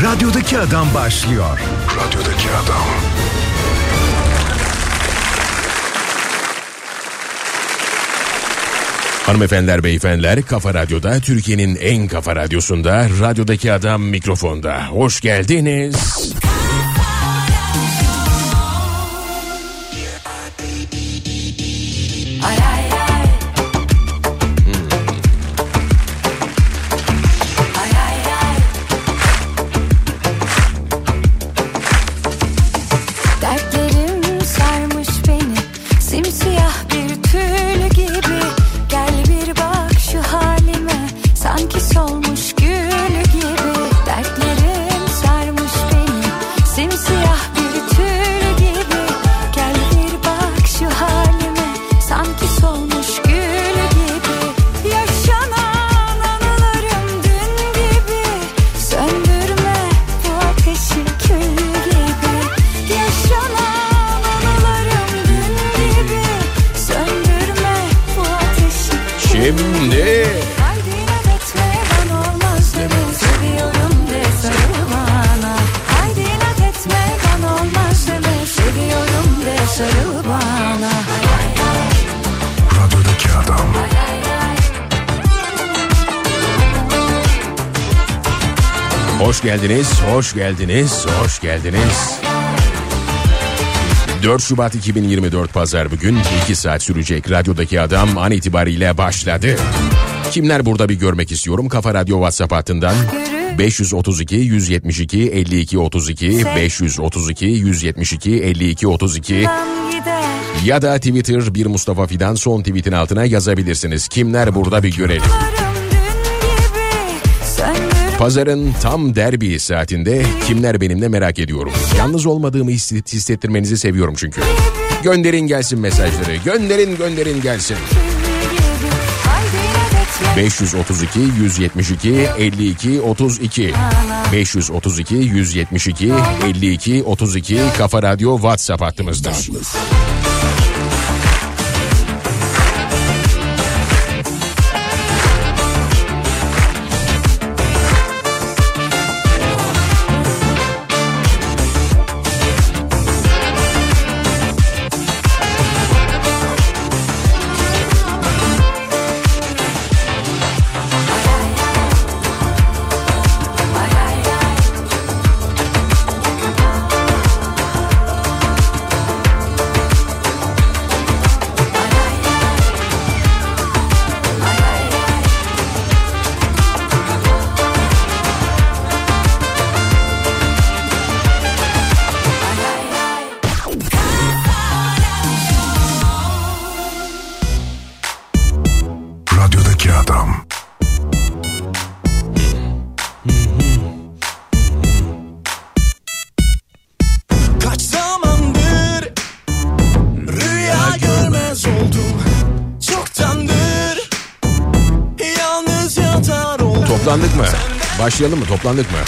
Radyodaki Adam başlıyor. Radyodaki Adam. Hanımefendiler, beyefendiler, Kafa Radyo'da, Türkiye'nin en kafa radyosunda, Radyodaki Adam mikrofonda. Hoş geldiniz. Hoş geldiniz, hoş geldiniz, hoş geldiniz. 4 Şubat 2024 Pazar bugün 2 saat sürecek Radyodaki Adam an itibariyle başladı. Kimler burada bir görmek istiyorum? Kafa Radyo WhatsApp hattından 532 172 52 32 532 172 52 32 ya da Twitter bir Mustafa Fidan son tweetin altına yazabilirsiniz. Kimler burada bir görelim. Pazarın tam derbi saatinde kimler benimle merak ediyorum. Yalnız olmadığımı hissettirmenizi seviyorum çünkü. Gönderin gelsin mesajları. Gönderin gelsin. 532 172 52 32 532 172 52 32 Kafa Radyo WhatsApp hattımızda. Başlayalım mı? Toplandık mı?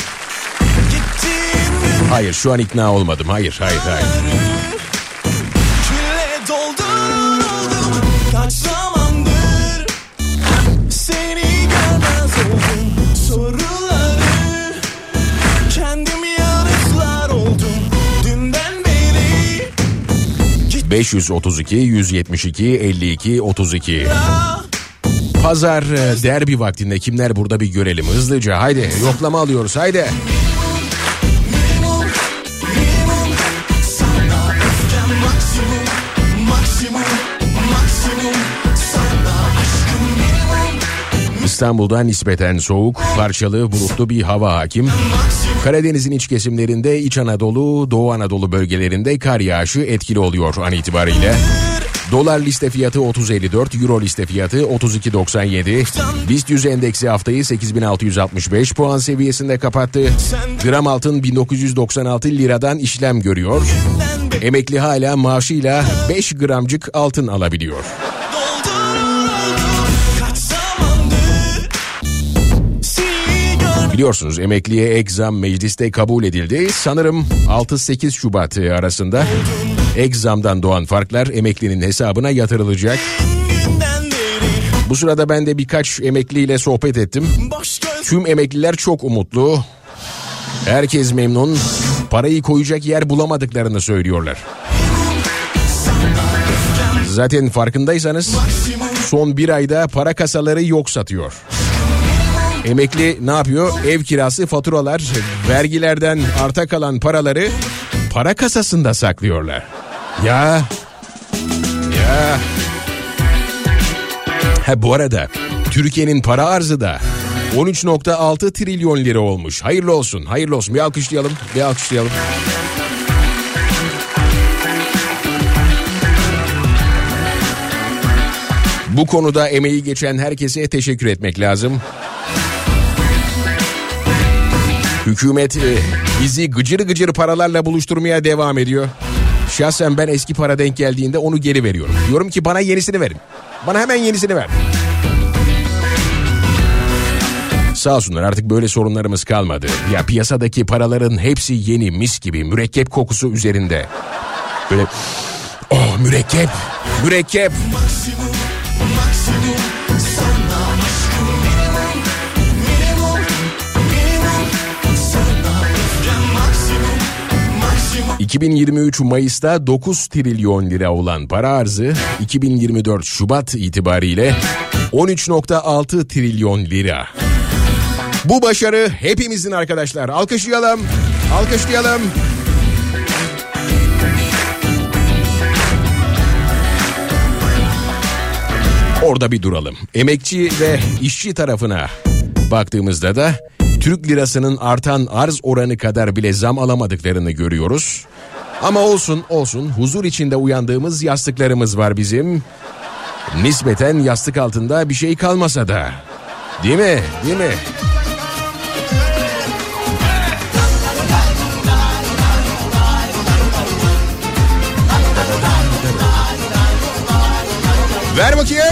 Hayır, şu an ikna olmadım. Hayır. Kaç zamandır seni görmez oldum. Soruları kendim yanıtlar oldum. Dünden beri 532 172 52 32 Pazar derbi vaktinde kimler burada bir görelim hızlıca. Haydi yoklama alıyoruz haydi. İstanbul'da nispeten soğuk, parçalı, bulutlu bir hava hakim. Karadeniz'in iç kesimlerinde, İç Anadolu, Doğu Anadolu bölgelerinde kar yağışı etkili oluyor an itibariyle. Dolar liste fiyatı 30.54, Euro liste fiyatı 32.97. BIST 100 endeksi haftayı 8.665 puan seviyesinde kapattı. Gram altın 1996 liradan işlem görüyor. Emekli hala maaşıyla 5 gramcık altın alabiliyor. Biliyorsunuz emekliye ek zam mecliste kabul edildi. Sanırım 6-8 Şubat arasında ek zamdan doğan farklar emeklinin hesabına yatırılacak. Bu sırada ben de birkaç emekliyle sohbet ettim. Tüm emekliler çok umutlu. Herkes memnun. Parayı koyacak yer bulamadıklarını söylüyorlar. Zaten farkındaysanız son bir ayda para kasaları yok satıyor. Emekli ne yapıyor? Ev kirası, faturalar, vergilerden arta kalan paraları para kasasında saklıyorlar. Ya. Bu arada Türkiye'nin para arzı da 13.6 trilyon lira olmuş. Hayırlı olsun, hayırlı olsun. Bir alkışlayalım. Bu konuda emeği geçen herkese teşekkür etmek lazım. Hükümet bizi gıcır gıcır paralarla buluşturmaya devam ediyor. Şahsen ben eski para denk geldiğinde onu geri veriyorum. Diyorum ki bana yenisini verin. Bana hemen yenisini ver. Sağ olsunlar, artık böyle sorunlarımız kalmadı. Ya piyasadaki paraların hepsi yeni, mis gibi, mürekkep kokusu üzerinde. Böyle mürekkep. Maksimum sana aşkım, minimum sana maksimum. 2023 Mayıs'ta 9 trilyon lira olan para arzı 2024 Şubat itibariyle 13.6 trilyon lira. Bu başarı hepimizin arkadaşlar. Alkışlayalım. Orada bir duralım. Emekçi ve işçi tarafına baktığımızda da Türk lirasının artan arz oranı kadar bile zam alamadıklarını görüyoruz. Ama olsun huzur içinde uyandığımız yastıklarımız var bizim. Nispeten yastık altında bir şey kalmasa da. Değil mi? Ver bakayım.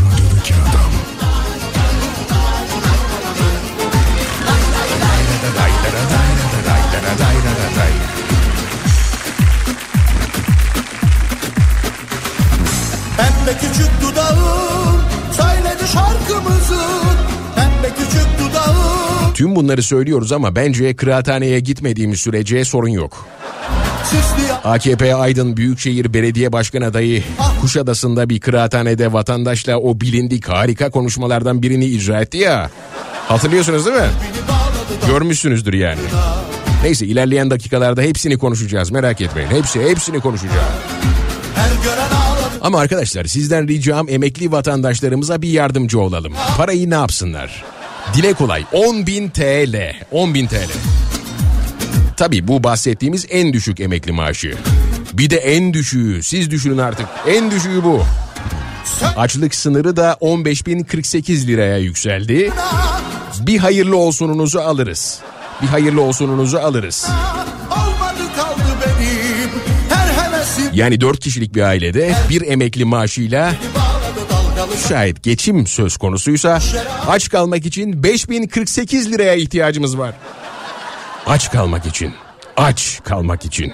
Pembe küçük dudağın söyledi şarkımızı. Pembe küçük dudağın. Tüm bunları söylüyoruz ama bence kıraathaneye gitmediğimiz sürece sorun yok. AKP Aydın Büyükşehir Belediye Başkan adayı Kuşadası'nda bir kıraathanede vatandaşla o bilindik harika konuşmalardan birini icra etti ya. Hatırlıyorsunuz değil mi? Görmüşsünüzdür yani. Neyse, ilerleyen dakikalarda hepsini konuşacağız, merak etmeyin. Hepsini konuşacağız. Ama arkadaşlar, sizden ricam emekli vatandaşlarımıza bir yardımcı olalım. Parayı ne yapsınlar? Dile kolay 10.000 TL. 10.000 TL. Tabii bu bahsettiğimiz en düşük emekli maaşı. Bir de en düşüğü, siz düşünün artık, en düşüğü bu. Açlık sınırı da 15.048 liraya yükseldi. Bir hayırlı olsununuzu alırız. Yani 4 kişilik bir ailede bir emekli maaşıyla şayet geçim söz konusuysa aç kalmak için 5.048 liraya ihtiyacımız var. Aç kalmak için.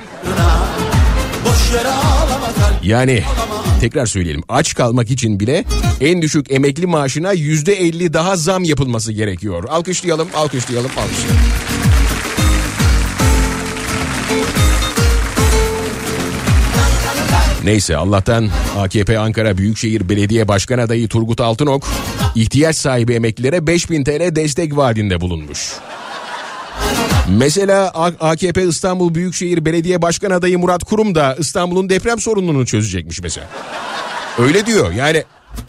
Yani tekrar söyleyelim, aç kalmak için bile en düşük emekli maaşına %50 daha zam yapılması gerekiyor. Alkışlayalım. Neyse, Allah'tan AKP Ankara Büyükşehir Belediye Başkan adayı Turgut Altınok ihtiyaç sahibi emeklilere 5.000 TL destek vaadinde bulunmuş. Mesela AKP İstanbul Büyükşehir Belediye Başkan adayı Murat Kurum da İstanbul'un deprem sorununu çözecekmiş mesela. Öyle diyor yani.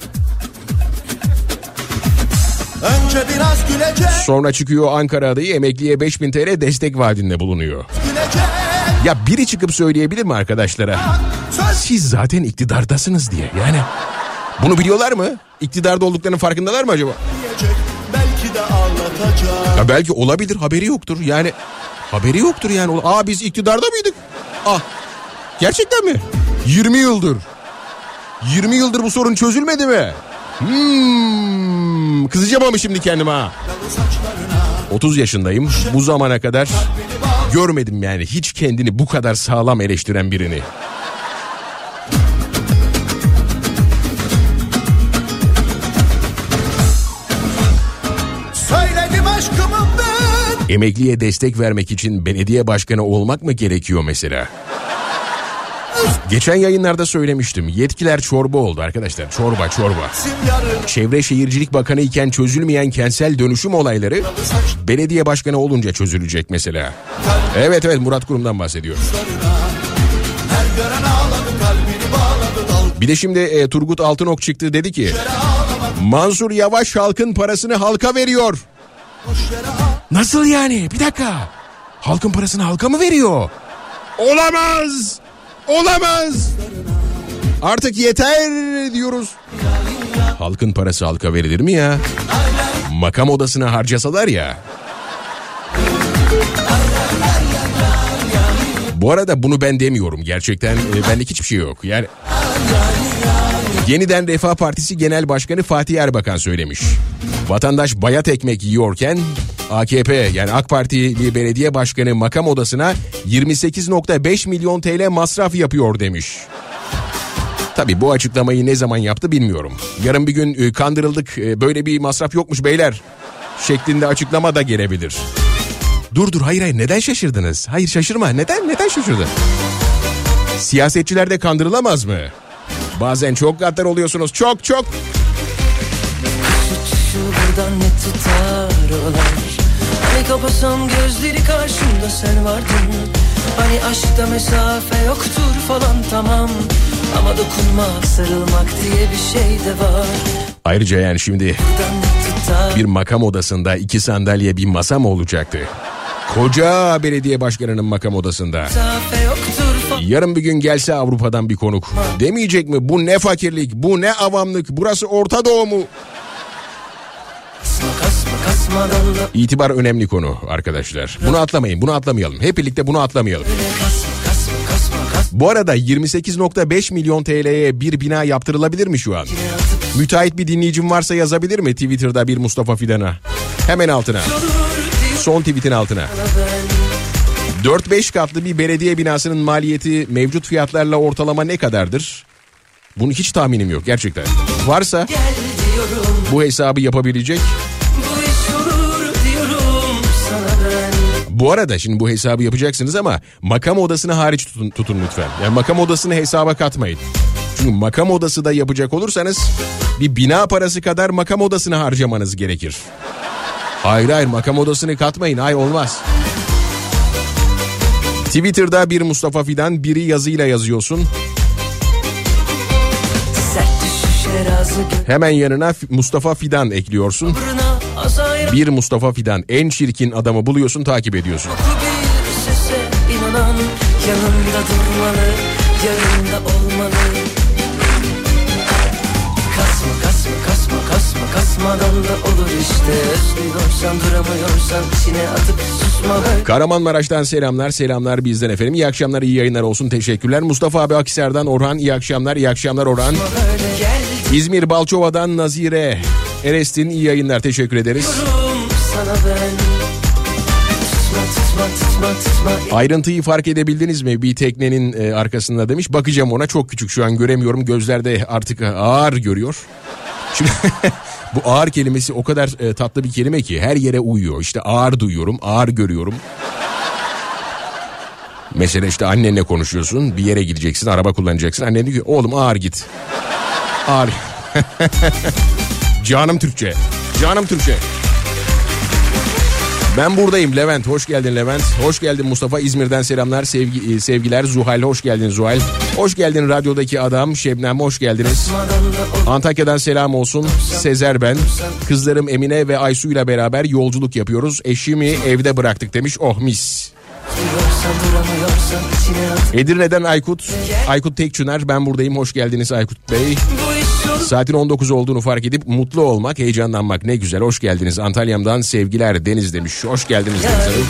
Önce biraz gülecek. Sonra çıkıyor Ankara adayı emekliye 5.000 TL destek vaadinde bulunuyor. Gülecek. Ya biri çıkıp söyleyebilir mi arkadaşlara? Siz zaten iktidardasınız diye. Yani bunu biliyorlar mı? İktidarda olduklarının farkındalar mı acaba? Belki de ağlatacak. Ya belki olabilir, haberi yoktur. Yani haberi yoktur yani. Biz iktidarda mıydık? Gerçekten mi? 20 yıldır bu sorun çözülmedi mi? Kızacağım ama şimdi kendime ha. 30 yaşındayım. Bu zamana kadar görmedim yani hiç kendini bu kadar sağlam eleştiren birini. Söyledim aşkımın ben Emekliye destek vermek için belediye başkanı olmak mı gerekiyor mesela? Geçen yayınlarda söylemiştim. Yetkiler çorba oldu arkadaşlar. Çorba. Çevre Şehircilik Bakanı iken çözülmeyen kentsel dönüşüm olayları belediye başkanı olunca çözülecek mesela. Evet Murat Kurum'dan bahsediyorum. Bir de şimdi Turgut Altınok çıktı, dedi ki Mansur Yavaş halkın parasını halka veriyor. Nasıl yani? Bir dakika. Halkın parasını halka mı veriyor? Olamaz. Artık yeter diyoruz. Halkın parası halka verilir mi ya? Makam odasına harcasalar ya. Bu arada bunu ben demiyorum. Gerçekten benlik hiçbir şey yok. Yani Yeniden Refah Partisi Genel Başkanı Fatih Erbakan söylemiş. Vatandaş bayat ekmek yiyorken AKP yani AK Partili belediye başkanı makam odasına 28.5 milyon TL masraf yapıyor demiş. Tabii bu açıklamayı ne zaman yaptı bilmiyorum. Yarın bir gün kandırıldık, böyle bir masraf yokmuş beyler şeklinde açıklama da gelebilir. Dur hayır neden şaşırdınız? Hayır şaşırma, neden şaşırdın? Siyasetçiler de kandırılamaz mı? Bazen çok gaddar oluyorsunuz, çok. Buradan ne tutar olar? Hani kapasam gözleri karşımda sen vardın. Hani aşkta mesafe yoktur falan tamam. Ama dokunmak, sarılmak diye bir şey de var. Ayrıca yani şimdi bir makam odasında 2 sandalye bir masa mı olacaktı? Koca belediye başkanının makam odasında. Yarın bir gün gelse Avrupa'dan bir konuk, demeyecek mi bu ne fakirlik, bu ne avamlık, burası Orta Doğu mu? İtibar önemli konu arkadaşlar. Bunu atlamayalım. Hep birlikte bunu atlamayalım. Bu arada 28.5 milyon TL'ye bir bina yaptırılabilir mi şu an? Müteahhit bir dinleyicim varsa yazabilir mi Twitter'da bir Mustafa Fidan'a? Hemen altına. Son tweetin altına. 4-5 katlı bir belediye binasının maliyeti mevcut fiyatlarla ortalama ne kadardır? Bunu hiç tahminim yok gerçekten. Varsa bu hesabı yapabilecek. Bu arada şimdi bu hesabı yapacaksınız ama makam odasını hariç tutun lütfen. Yani makam odasını hesaba katmayın. Çünkü makam odası da yapacak olursanız bir bina parası kadar makam odasını harcamanız gerekir. Hayır makam odasını katmayın. Olmaz. Twitter'da bir Mustafa Fidan, biri yazıyla yazıyorsun. Hemen yanına Mustafa Fidan ekliyorsun. Bir Mustafa Fidan, en çirkin adamı buluyorsun, takip ediyorsun. Yanında durmalı, yanında olmalı. Kasmadan da olur işte. Özlüyorsan, duramıyorsan içine atıp susma. Kahramanmaraş'tan selamlar bizden efendim. İyi akşamlar, iyi yayınlar olsun, teşekkürler. Mustafa abi Akhisar'dan Orhan, iyi akşamlar Orhan. İzmir Balçova'dan Nazire Erestin, iyi yayınlar, teşekkür ederiz. Ayrıntıyı fark edebildiniz mi bir teknenin arkasında demiş. Bakacağım ona, çok küçük şu an göremiyorum, gözlerde artık ağır görüyor. Şimdi bu ağır kelimesi o kadar tatlı bir kelime ki her yere uyuyor. İşte ağır duyuyorum, ağır görüyorum. Mesela işte annenle konuşuyorsun, bir yere gideceksin, araba kullanacaksın. Annen diyor ki oğlum ağır git. Ağır. Canım Türkçe. Ben buradayım Levent. Hoş geldin Levent. Hoş geldin Mustafa. İzmir'den selamlar. Sevgiler. Zuhal hoş geldin Zuhal. Hoş geldin radyodaki adam. Şebnem hoş geldiniz. Antakya'dan selam olsun. Sezer ben. Kızlarım Emine ve Aysu ile beraber yolculuk yapıyoruz. Eşimi evde bıraktık demiş. Oh mis. Edirne'den Aykut Tekçüner, ben buradayım, hoş geldiniz Aykut Bey. Saatin 19 olduğunu fark edip mutlu olmak, heyecanlanmak ne güzel, hoş geldiniz. Antalya'mdan sevgiler Deniz demiş, hoş geldiniz Deniz Hanım.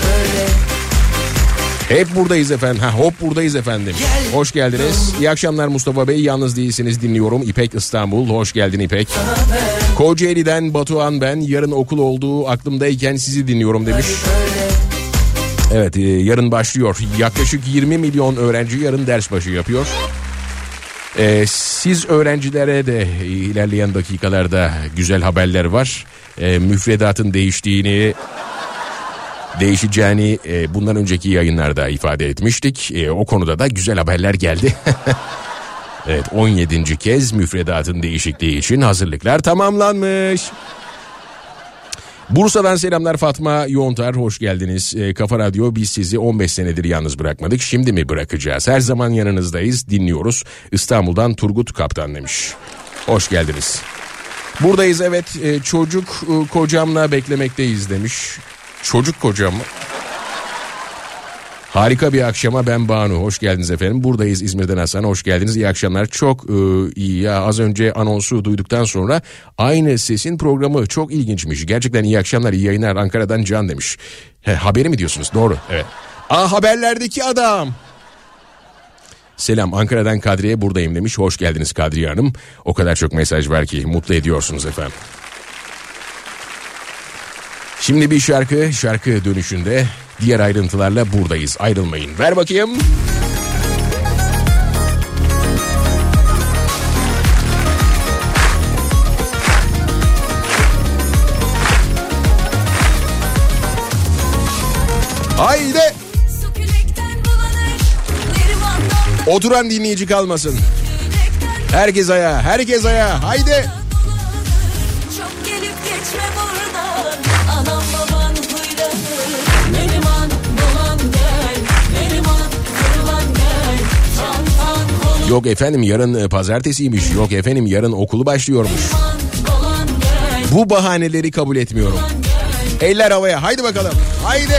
Hep buradayız efendim. Hop buradayız efendim. Hoş geldiniz. İyi akşamlar Mustafa Bey, yalnız değilsiniz, dinliyorum. İpek İstanbul, hoş geldin İpek. Kocaeli'den Batuhan ben, yarın okul olduğu aklımdayken sizi dinliyorum demiş. Evet, yarın başlıyor. Yaklaşık 20 milyon öğrenci yarın ders başı yapıyor. Siz öğrencilere de ilerleyen dakikalarda güzel haberler var. Müfredatın değiştiğini değişeceğini bundan önceki yayınlarda ifade etmiştik. O konuda da güzel haberler geldi. Evet, 17. kez müfredatın değişikliği için hazırlıklar tamamlanmış. Bursa'dan selamlar Fatma Yontar, hoş geldiniz. Kafa Radyo, biz sizi 15 senedir yalnız bırakmadık, şimdi mi bırakacağız? Her zaman yanınızdayız, dinliyoruz. İstanbul'dan Turgut Kaptan demiş. Hoş geldiniz. Buradayız, evet, çocuk kocamla beklemekteyiz demiş. Çocuk kocam mı? Harika bir akşama, ben Banu, hoş geldiniz efendim. Buradayız İzmir'den Hasan, hoş geldiniz, iyi akşamlar. Çok iyi ya, az önce anonsu duyduktan sonra aynı sesin programı çok ilginçmiş. Gerçekten iyi akşamlar, iyi yayınlar, Ankara'dan Can demiş. Haberi mi diyorsunuz? Doğru, evet. Haberlerdeki adam. Selam, Ankara'dan Kadriye, buradayım demiş. Hoş geldiniz Kadriye Hanım. O kadar çok mesaj var ki mutlu ediyorsunuz efendim. Şimdi bir şarkı dönüşünde diğer ayrıntılarla buradayız. Ayrılmayın. Ver bakayım. Haydi. Oturan dinleyici kalmasın. Herkes ayağa, herkes ayağa. Haydi. Yok efendim, yarın pazartesiymiş. Yok efendim, yarın okulu başlıyormuş. Bu bahaneleri kabul etmiyorum. Eller havaya, haydi bakalım. Haydi.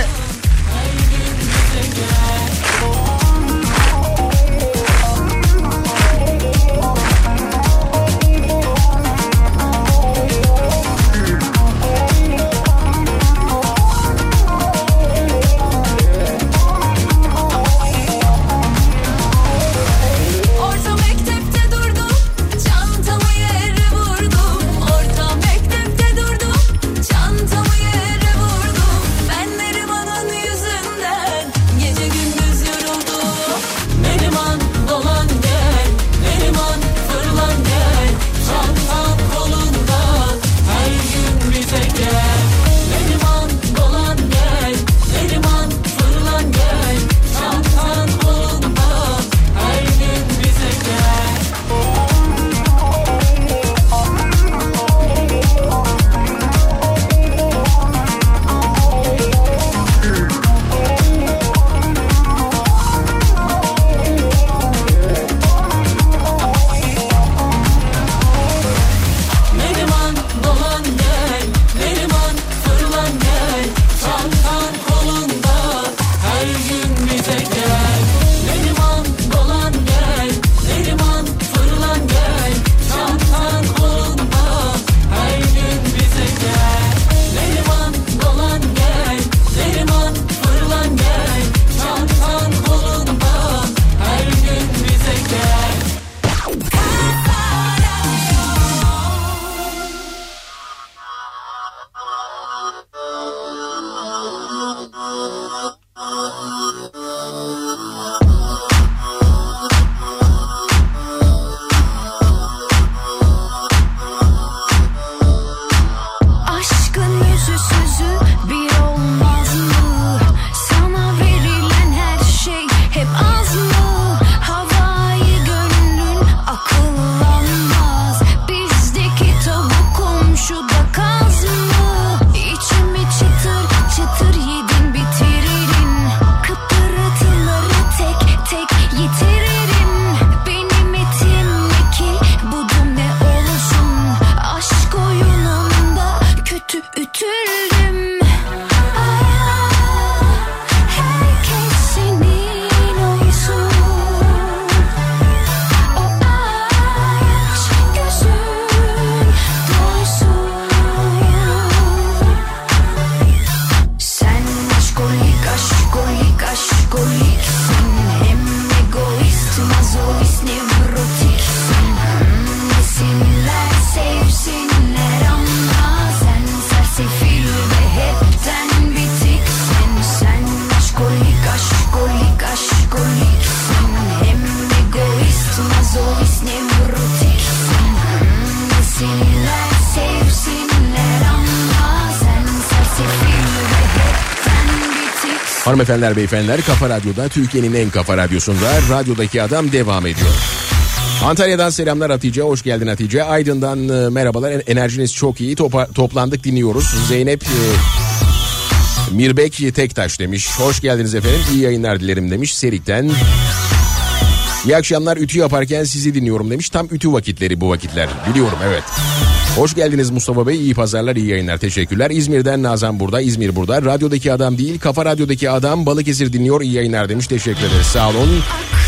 Çıtır çıtır yedin bitiririn. Kıpırtıları tek Hanımefendiler, beyefendiler, Kafa Radyo'da, Türkiye'nin en kafa radyosunda Radyodaki Adam devam ediyor. Antalya'dan selamlar Hatice, hoş geldin Hatice. Aydın'dan merhabalar, enerjiniz çok iyi, toplandık dinliyoruz. Zeynep Mirbek Tektaş demiş, hoş geldiniz efendim, iyi yayınlar dilerim demiş. Serik'ten iyi akşamlar, ütü yaparken sizi dinliyorum demiş. Tam ütü vakitleri bu vakitler, biliyorum, evet. Hoş geldiniz Mustafa Bey, iyi pazarlar, iyi yayınlar, teşekkürler. İzmir'den Nazan burada, İzmir burada. Radyodaki Adam değil, Kafa Radyo'daki Adam, Balıkesir dinliyor, iyi yayınlar demiş, teşekkür ederiz, sağ olun.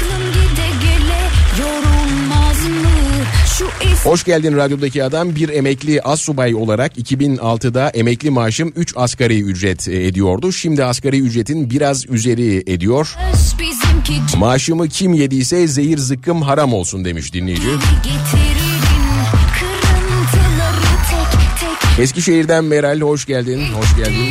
Hoş geldin Radyodaki Adam. Bir emekli astsubay olarak 2006'da emekli maaşım 3 asgari ücret ediyordu. Şimdi asgari ücretin biraz üzeri ediyor. Maaşımı kim yediyse zehir zıkkım haram olsun demiş dinleyici. Eskişehir'den Meral, hoş geldin, hoş geldin.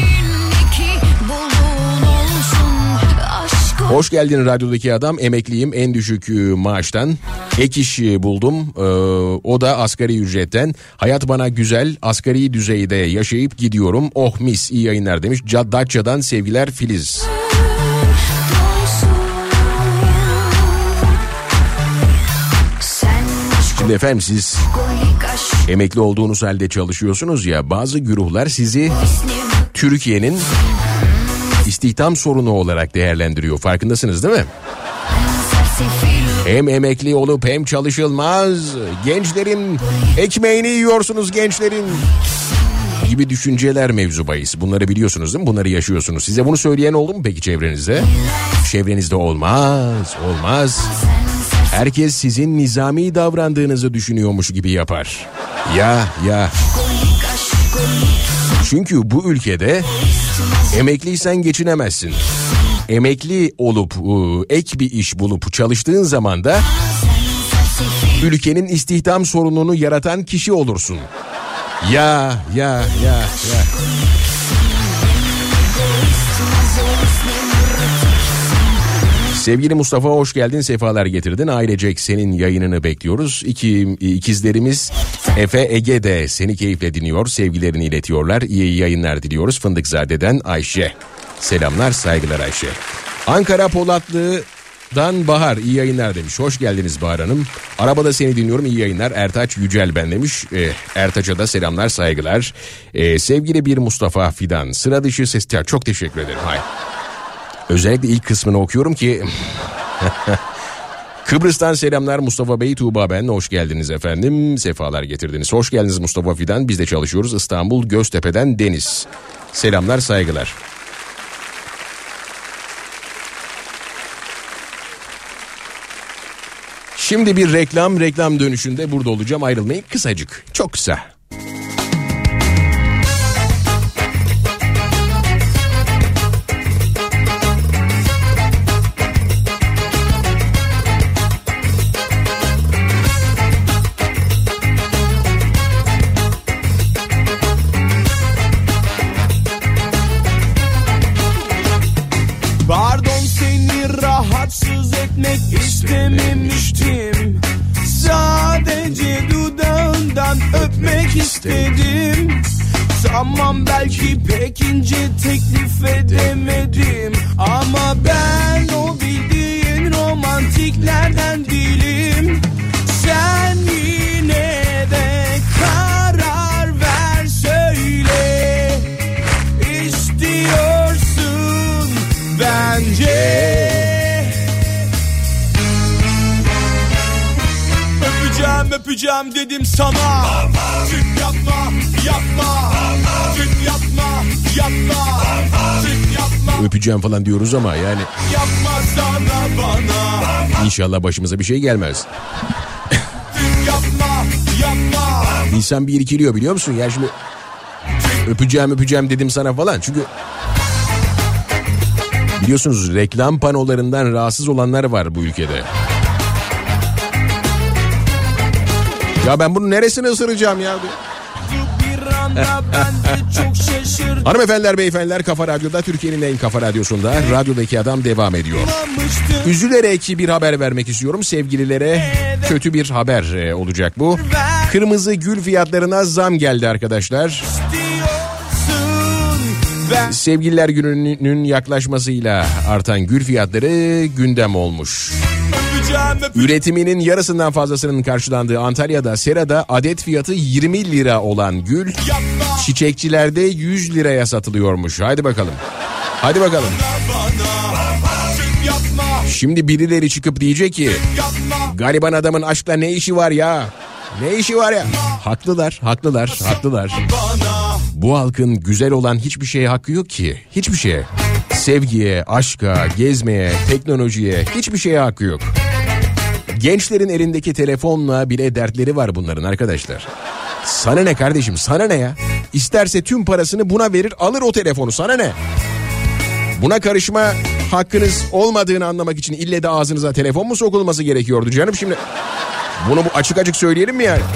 Hoş geldin Radyodaki Adam, emekliyim, en düşük maaştan ek iş buldum, o da asgari ücretten. Hayat bana güzel, asgari düzeyde yaşayıp gidiyorum, oh mis, iyi yayınlar demiş. Datça'dan sevgiler Filiz. Şimdi efendim, siz emekli olduğunuz halde çalışıyorsunuz ya, bazı güruhlar sizi Türkiye'nin istihdam sorunu olarak değerlendiriyor, farkındasınız değil mi? Hem emekli olup hem çalışılmaz, gençlerin ekmeğini yiyorsunuz, gençlerin gibi düşünceler mevzu bahis. Bunları biliyorsunuz değil mi? Bunları yaşıyorsunuz. Size bunu söyleyen oldu mu peki çevrenizde? Çevrenizde olmaz. Herkes sizin nizami davrandığınızı düşünüyormuş gibi yapar. Ya. Çünkü bu ülkede emekliysen geçinemezsin. Emekli olup ek bir iş bulup çalıştığın zaman da ülkenin istihdam sorununu yaratan kişi olursun. Ya. Sevgili Mustafa, hoş geldin, sefalar getirdin. Ailecek senin yayınını bekliyoruz. İkizlerimiz Efe, Ege de seni keyifle dinliyor. Sevgilerini iletiyorlar. İyi yayınlar diliyoruz. Fındıkzade'den Ayşe. Selamlar, saygılar Ayşe. Ankara Polatlı'dan Bahar, iyi yayınlar demiş. Hoş geldiniz Bahar Hanım. Arabada seni dinliyorum, iyi yayınlar. Ertaç Yücel ben demiş. Ertaç'a da selamlar, saygılar. Sevgili bir Mustafa Fidan, sıra dışı ses... Çok teşekkür ederim. Hayır. Özellikle ilk kısmını okuyorum ki... Kıbrıs'tan selamlar Mustafa Bey, Tuğba ben, hoş geldiniz efendim, sefalar getirdiniz. Hoş geldiniz Mustafa Fidan, biz de çalışıyoruz, İstanbul Göztepe'den Deniz. Selamlar, saygılar. Şimdi bir reklam dönüşünde burada olacağım, ayrılmayın, kısacık, çok kısa. İstememiştim, sadece dudağından öpmek istedim. Tamam, belki pek ince teklif edemedim, ama ben o bildiğin romantiklerden değilim. Sen yine de karar ver, söyle, istiyorsun bence. Öpeceğim dedim sana. Çık yapma. Çık yapma. Öpeceğim falan diyoruz ama yani. Yapma sana bana. İnşallah başımıza bir şey gelmez. Çık yapma. İnsan bir irkiliyor, biliyor musun? Yani şimdi öpeceğim dedim sana falan. Çünkü biliyorsunuz reklam panolarından rahatsız olanlar var bu ülkede. Ya ben bunun neresini ısıracağım ya? Hanımefendiler, beyefendiler, Kafa Radyo'da, Türkiye'nin en kafa radyosunda Radyodaki Adam devam ediyor. Üzülerek bir haber vermek istiyorum. Sevgililere kötü bir haber olacak bu. Kırmızı gül fiyatlarına zam geldi arkadaşlar. Sevgililer Günü'nün yaklaşmasıyla artan gül fiyatları gündem olmuş. Üretiminin yarısından fazlasının karşılandığı Antalya'da serada adet fiyatı 20 lira olan gül çiçekçilerde 100 liraya satılıyormuş. Haydi bakalım. Hadi bakalım. Şimdi birileri çıkıp diyecek ki gariban adamın aşkla ne işi var ya? Ne işi var ya? Haklılar. Bu halkın güzel olan hiçbir şeye hakkı yok ki. Hiçbir şeye. Sevgiye, aşka, gezmeye, teknolojiye hiçbir şeye hakkı yok. Gençlerin elindeki telefonla bile dertleri var bunların arkadaşlar. Sana ne kardeşim, sana ne ya? İsterse tüm parasını buna verir, alır o telefonu, sana ne? Buna karışma hakkınız olmadığını anlamak için ille de ağzınıza telefon mu sokulması gerekiyordu canım şimdi? Bunu bu açık söyleyelim mi yani?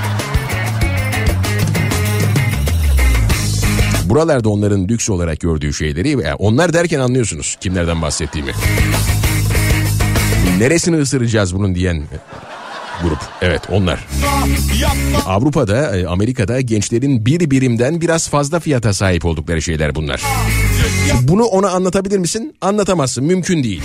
Buralarda onların lüks olarak gördüğü şeyleri, onlar derken anlıyorsunuz kimlerden bahsettiğimi. Neresini ısıracağız bunun diyen grup. Evet, onlar. Avrupa'da, Amerika'da gençlerin bir birimden biraz fazla fiyata sahip oldukları şeyler bunlar. Bunu ona anlatabilir misin? Anlatamazsın. Mümkün değil.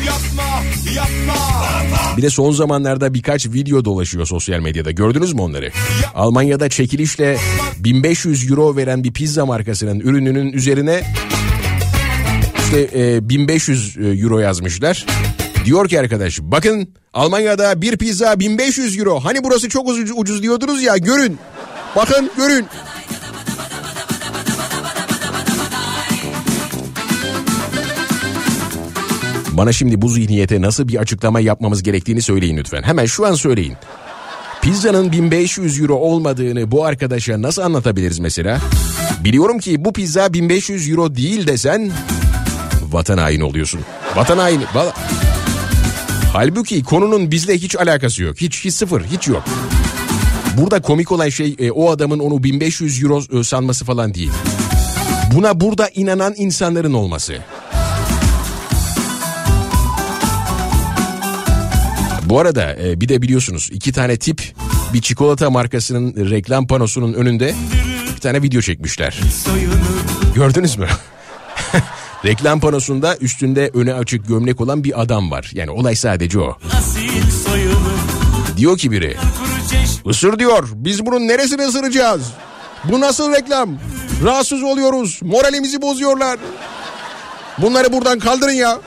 Bir de son zamanlarda birkaç video dolaşıyor sosyal medyada. Gördünüz mü onları? Almanya'da çekilişle 1500 euro veren bir pizza markasının ürününün üzerine işte 1500 euro yazmışlar. Diyor ki arkadaş, bakın Almanya'da bir pizza 1500 euro. Hani burası çok ucuz diyordunuz ya, görün. Bakın, görün. Bana şimdi bu zihniyete nasıl bir açıklama yapmamız gerektiğini söyleyin lütfen. Hemen şu an söyleyin. Pizzanın 1500 euro olmadığını bu arkadaşa nasıl anlatabiliriz mesela? Biliyorum ki bu pizza 1500 euro değil desen vatan haini oluyorsun. Vatan haini. Halbuki konunun bizle hiç alakası yok. Hiç sıfır, hiç yok. Burada komik olan şey o adamın onu 1500 euro sanması falan değil. Buna burada inanan insanların olması. Bu arada bir de biliyorsunuz 2 tane tip bir çikolata markasının reklam panosunun önünde bir tane video çekmişler. Gördünüz mü? Reklam panosunda üstünde öne açık gömlek olan bir adam var. Yani olay sadece o. Diyor ki biri, ısır diyor, biz bunun neresini ısıracağız? Bu nasıl reklam? Rahatsız oluyoruz, moralimizi bozuyorlar. Bunları buradan kaldırın ya.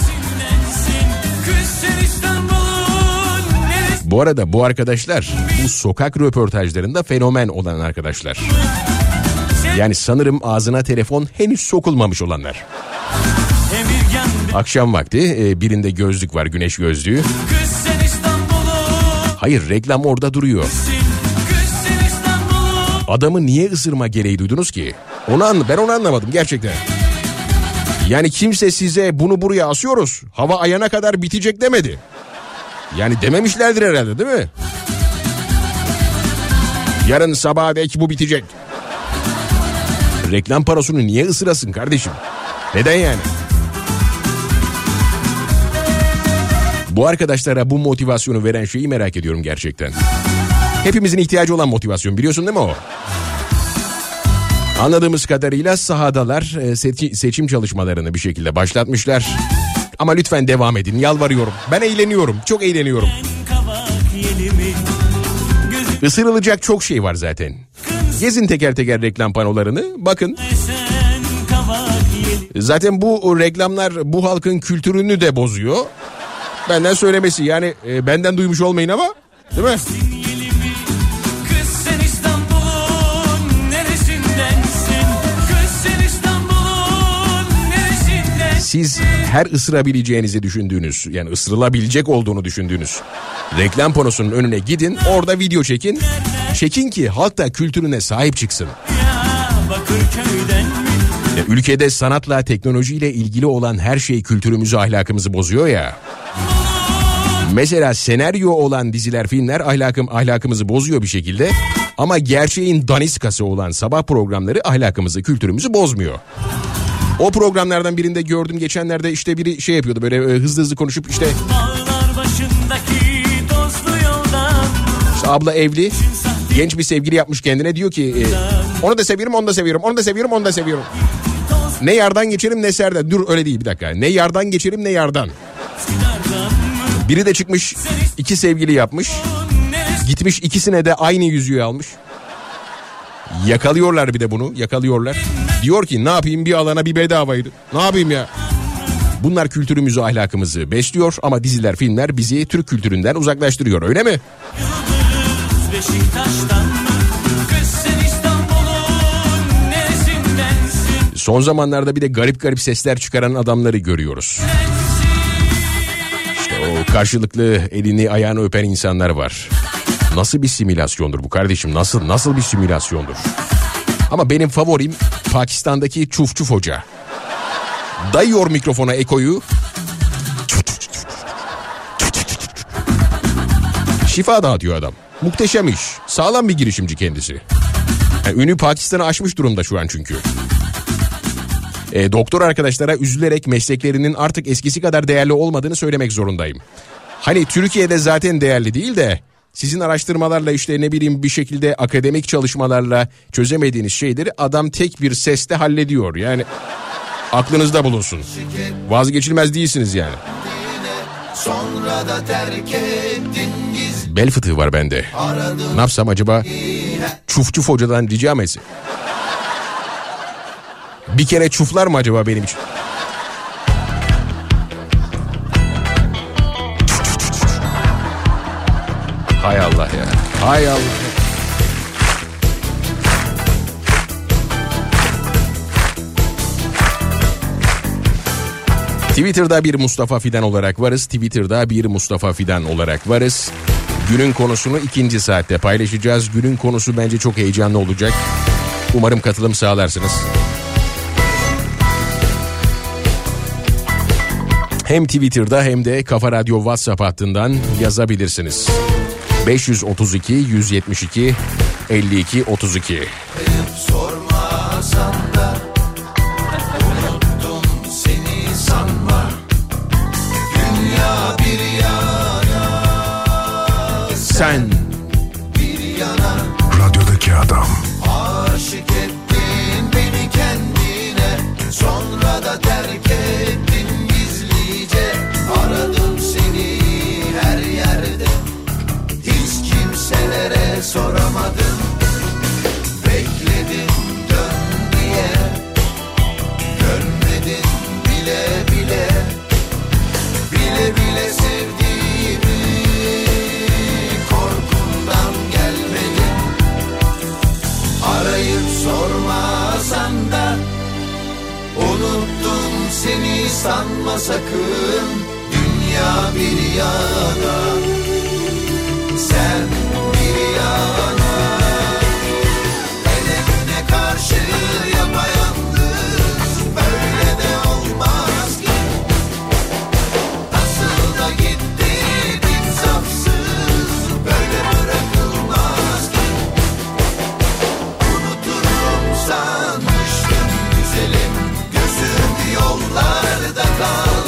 Bu arada bu arkadaşlar bu sokak röportajlarında fenomen olan arkadaşlar. Yani sanırım ağzına telefon henüz sokulmamış olanlar. Akşam vakti birinde gözlük var, güneş gözlüğü. Hayır, reklam orada duruyor. Adamı niye ısırma gereği duydunuz ki? Ben onu anlamadım gerçekten. Yani kimse size bunu buraya asıyoruz, hava ayana kadar bitecek demedi. Yani dememişlerdir herhalde, değil mi? Yarın sabaha dek bu bitecek. Reklam parasını niye ısırasın kardeşim? Neden yani? Bu arkadaşlara bu motivasyonu veren şeyi merak ediyorum gerçekten. Hepimizin ihtiyacı olan motivasyon, biliyorsun değil mi o? Anladığımız kadarıyla sahadalar seçim çalışmalarını bir şekilde başlatmışlar. Ama lütfen devam edin, yalvarıyorum. Ben eğleniyorum, çok eğleniyorum. Isırılacak çok şey var zaten. Gezin teker teker reklam panolarını, bakın. Zaten bu reklamlar bu halkın kültürünü de bozuyor. Benden söylemesi, yani benden duymuş olmayın ama, değil mi? Siz her ısırabileceğinizi düşündüğünüz, yani ısırılabilecek olduğunu düşündüğünüz reklam panosunun önüne gidin, orada video çekin. Çekin ki halk da kültürüne sahip çıksın. Ülkede sanatla, teknolojiyle ilgili olan her şey kültürümüzü, ahlakımızı bozuyor ya. Mesela senaryo olan diziler, filmler ahlakımızı bozuyor bir şekilde. Ama gerçeğin daniskası olan sabah programları ahlakımızı, kültürümüzü bozmuyor. O programlardan birinde gördüm geçenlerde, işte biri şey yapıyordu, böyle hızlı konuşup işte abla evli, genç bir sevgili yapmış kendine, diyor ki onu da seviyorum, onu da seviyorum, onu da seviyorum, onu da seviyorum. Ne yardan geçerim ne serden. Dur öyle değil, bir dakika. Ne yardan geçerim ne yardan. Biri de çıkmış 2 sevgili yapmış. Gitmiş ikisine de aynı yüzüğü almış. Yakalıyorlar bir de bunu, yakalıyorlar. Diyor ki ne yapayım, bir alana bir bedavaydı. Ne yapayım ya? Bunlar kültürümüzü, ahlakımızı besliyor ama diziler, filmler bizi Türk kültüründen uzaklaştırıyor, öyle mi? Son zamanlarda bir de garip garip sesler çıkaran adamları görüyoruz. İşte o karşılıklı elini ayağını öpen insanlar var. Nasıl bir simülasyondur bu kardeşim? Nasıl bir simülasyondur? Ama benim favorim Pakistan'daki Çuf Çuf Hoca. Dayıyor mikrofona ekoyu. Şifa dağıtıyor adam. Muhteşem iş. Sağlam bir girişimci kendisi. Yani ünü Pakistan'ı aşmış durumda şu an çünkü. Doktor arkadaşlara üzülerek mesleklerinin artık eskisi kadar değerli olmadığını söylemek zorundayım. Hani Türkiye'de zaten değerli değil de sizin araştırmalarla işte ne bileyim bir şekilde akademik çalışmalarla çözemediğiniz şeyleri adam tek bir sesle hallediyor. Yani aklınızda bulunsun. Vazgeçilmez değilsiniz yani. Bel fıtığı var bende. Ne yapsam acaba? Çuf Çuf Hoca'dan rica mı etsin? Bir kere çuflar mı acaba benim için? Hay Allah ya. Hay Allah. Twitter'da bir Mustafa Fidan olarak varız. Günün konusunu 2. saatte paylaşacağız. Günün konusu bence çok heyecanlı olacak. Umarım katılım sağlarsınız. Hem Twitter'da hem de Kafa Radyo WhatsApp hattından yazabilirsiniz. 532 172 52 32. Sormasan da unuttum seni sanma. Dünya bir yana, Sen bir yana. Radyodaki adam. Aşık ettin beni kendine, sonra da terk ettin gizlice. Aradım seni her yerde, hiç kimselere soramadım. Bekledim dön diye, dönmedin bile bile. Bile bile sevdiğimi korkumdan gelmedim. Arayıp sormasan da unuttum seni sanma sakın. Dünya bir yana, sen bir yana. Ele güne karşı yapayalnız, böyle de olmaz ki. Nasıl da gittin insafsız, böyle bırakılmaz ki. Unuturum sanmıştım güzelim, gözüm yollarda kaldı.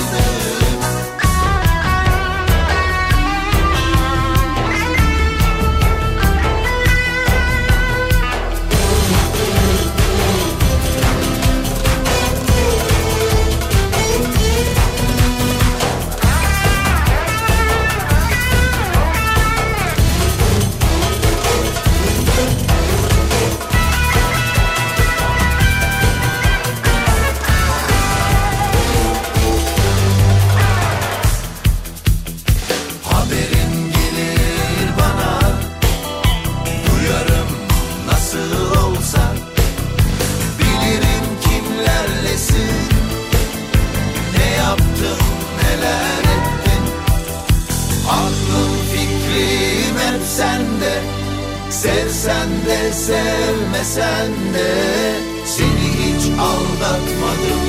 Haberin gelir bana, duyarım nasıl olsa. Bilirim kimlerlesin, ne yaptın neler ettin. Aklım fikrim hep sende, sevsen de sevmesen de. Seni hiç aldatmadım,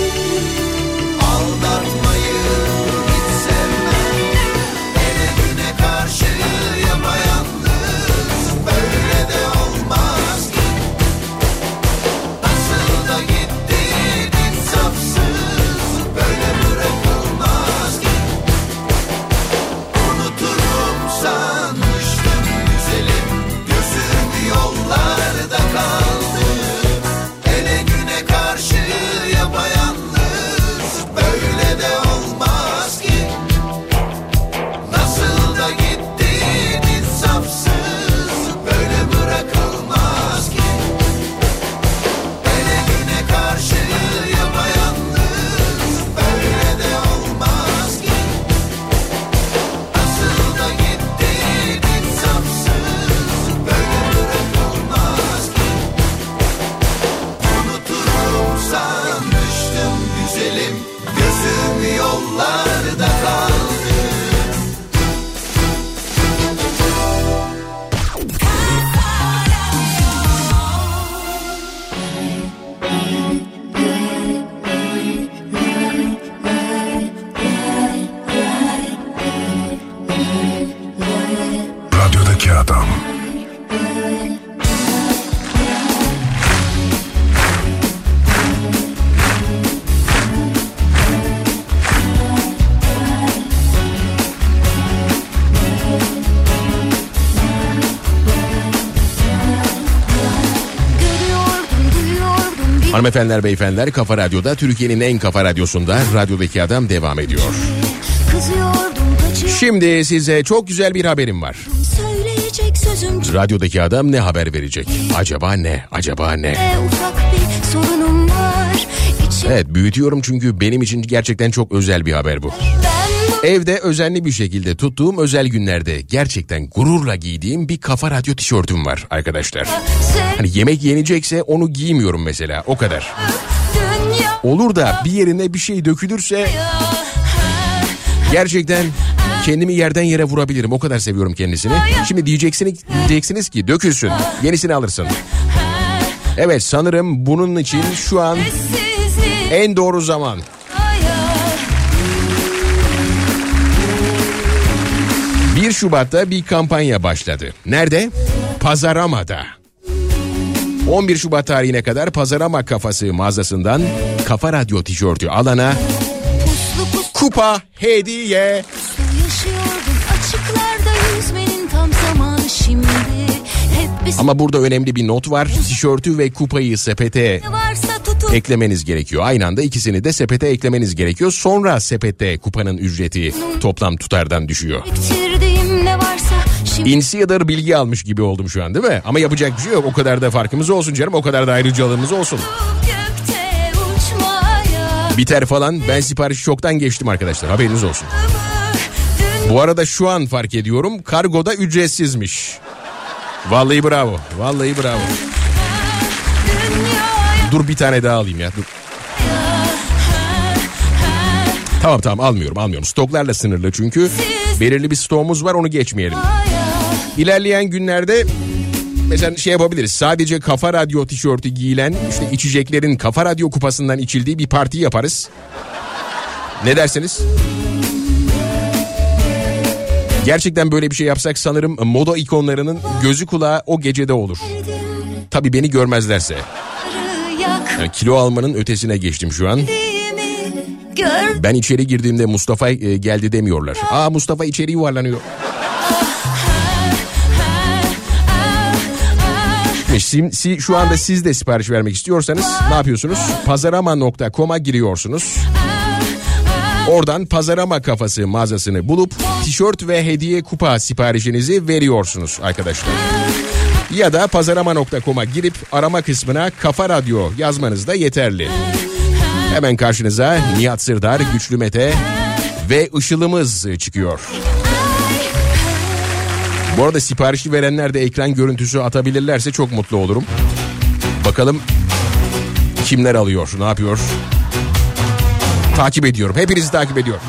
aldatmayı hiç sevmem. Ele güne karşı yapayalnız, böyle de olmaz ki. Nasıl da gittin insafsız, böyle bırakılmaz ki. Unuturum sanmıştım güzelim, gözüm yollarda kaldı. Ele güne karşı yollarda kaldım. Radyodaki adam. Hanımefendiler, beyefendiler, Kafa Radyo'da, Türkiye'nin en kafa radyosunda Radyodaki Adam devam ediyor. Şimdi size çok güzel bir haberim var. Radyodaki Adam ne haber verecek? Acaba ne? Acaba ne? Evet, büyütüyorum çünkü benim için gerçekten çok özel bir haber bu. Evde özenli bir şekilde tuttuğum özel günlerde gerçekten gururla giydiğim bir Kafa Radyo tişörtüm var arkadaşlar. Hani yemek yenecekse onu giymiyorum mesela, o kadar. Olur da bir yerine bir şey dökülürse gerçekten kendimi yerden yere vurabilirim. O kadar seviyorum kendisini. Şimdi diyeceksiniz ki dökülsün, yenisini alırsın. Evet, sanırım bunun için şu an en doğru zaman. 1 Şubat'ta bir kampanya başladı. Nerede? Pazarama'da. 11 Şubat tarihine kadar Pazarama Kafası mağazasından Kafa Radyo tişörtü alana kupa hediye. Ama burada önemli bir not var. Tişörtü ve kupayı sepete eklemeniz gerekiyor. Aynı anda ikisini de sepete eklemeniz gerekiyor. Sonra sepette kupanın ücreti toplam tutardan düşüyor. İnsiyadır bilgi almış gibi oldum şu an, değil mi? Ama yapacak bir şey yok. O kadar da farkımız olsun canım. O kadar da ayrıcalığımız olsun. Biter falan. Ben siparişi çoktan geçtim arkadaşlar. Haberiniz olsun. Bu arada şu an fark ediyorum. Kargoda ücretsizmiş. Vallahi bravo. Vallahi bravo. Dur bir tane daha alayım ya. Dur. Tamam almıyorum. Stoklarla sınırlı çünkü. Belirli bir stoğumuz var, onu geçmeyelim. İlerleyen günlerde mesela şey yapabiliriz. Sadece Kafa Radyo tişörtü giyilen işte içeceklerin Kafa Radyo kupasından içildiği bir parti yaparız. Ne dersiniz? Gerçekten böyle bir şey yapsak sanırım moda ikonlarının gözü kulağı o gecede olur. Tabii beni görmezlerse. Yani kilo almanın ötesine geçtim şu an. Ben içeri girdiğimde Mustafa geldi demiyorlar. Mustafa içeri yuvarlanıyor. Şu anda siz de sipariş vermek istiyorsanız ne yapıyorsunuz? Pazarama.com'a giriyorsunuz. Oradan Pazarama Kafası mağazasını bulup tişört ve hediye kupa siparişinizi veriyorsunuz arkadaşlar. Ya da pazarama.com'a girip arama kısmına Kafa Radyo yazmanız da yeterli. Hemen karşınıza Nihat Sırdar, Güçlü Mete ve Işıl'ımız çıkıyor. Bu arada siparişi verenler de ekran görüntüsü atabilirlerse çok mutlu olurum. Bakalım kimler alıyor, ne yapıyor? Takip ediyorum. Hepinizi takip ediyorum.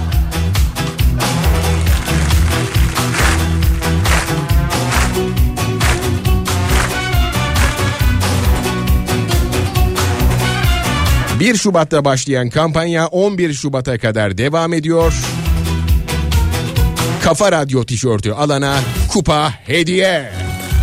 ...1 Şubat'ta başlayan kampanya 11 Şubat'a kadar devam ediyor. Kafa Radyo tişörtü alana kupa hediye.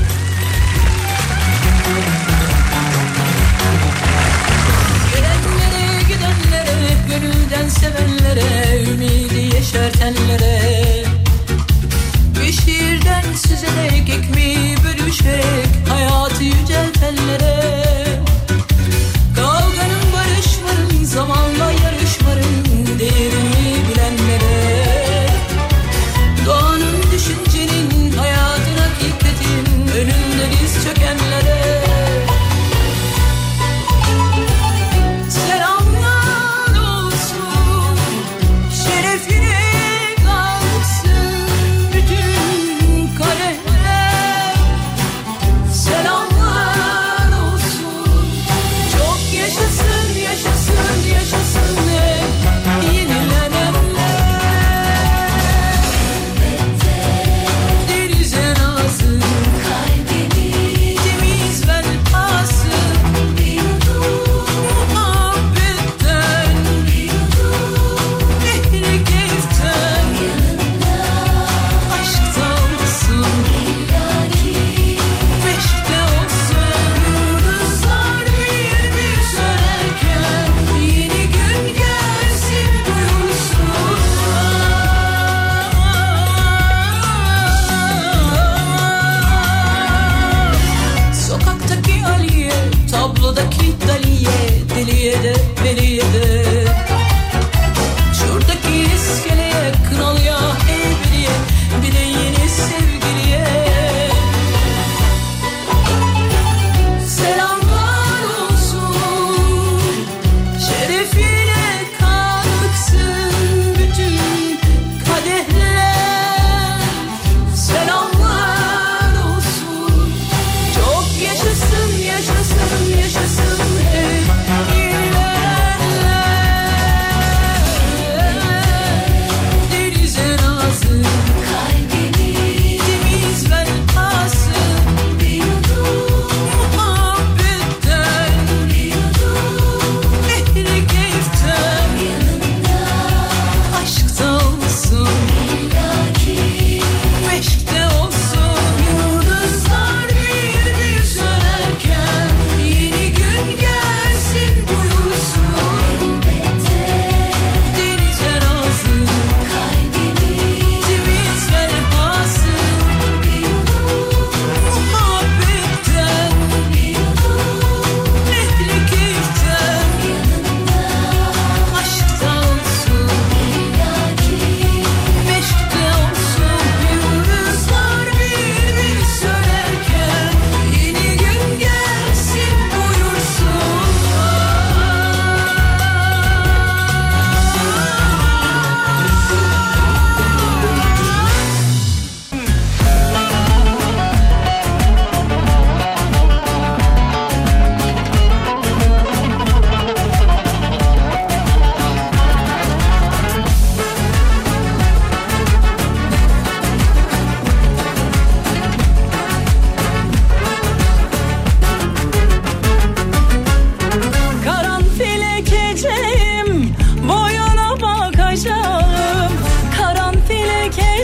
Gelenlere gidenlere, gönülden sevenlere, ümidi yeşertenlere, bir şiirden süzerek ekmeği bölüşerek hayatı yüceltenlere, kavganın barışmanın zamanla yarışmanın değerini bilenlere, doğanın düşüncenin hayatın hakikatin önünde diz çökenlere, selamlar olsun, şerefine kalksın bütün kalemler,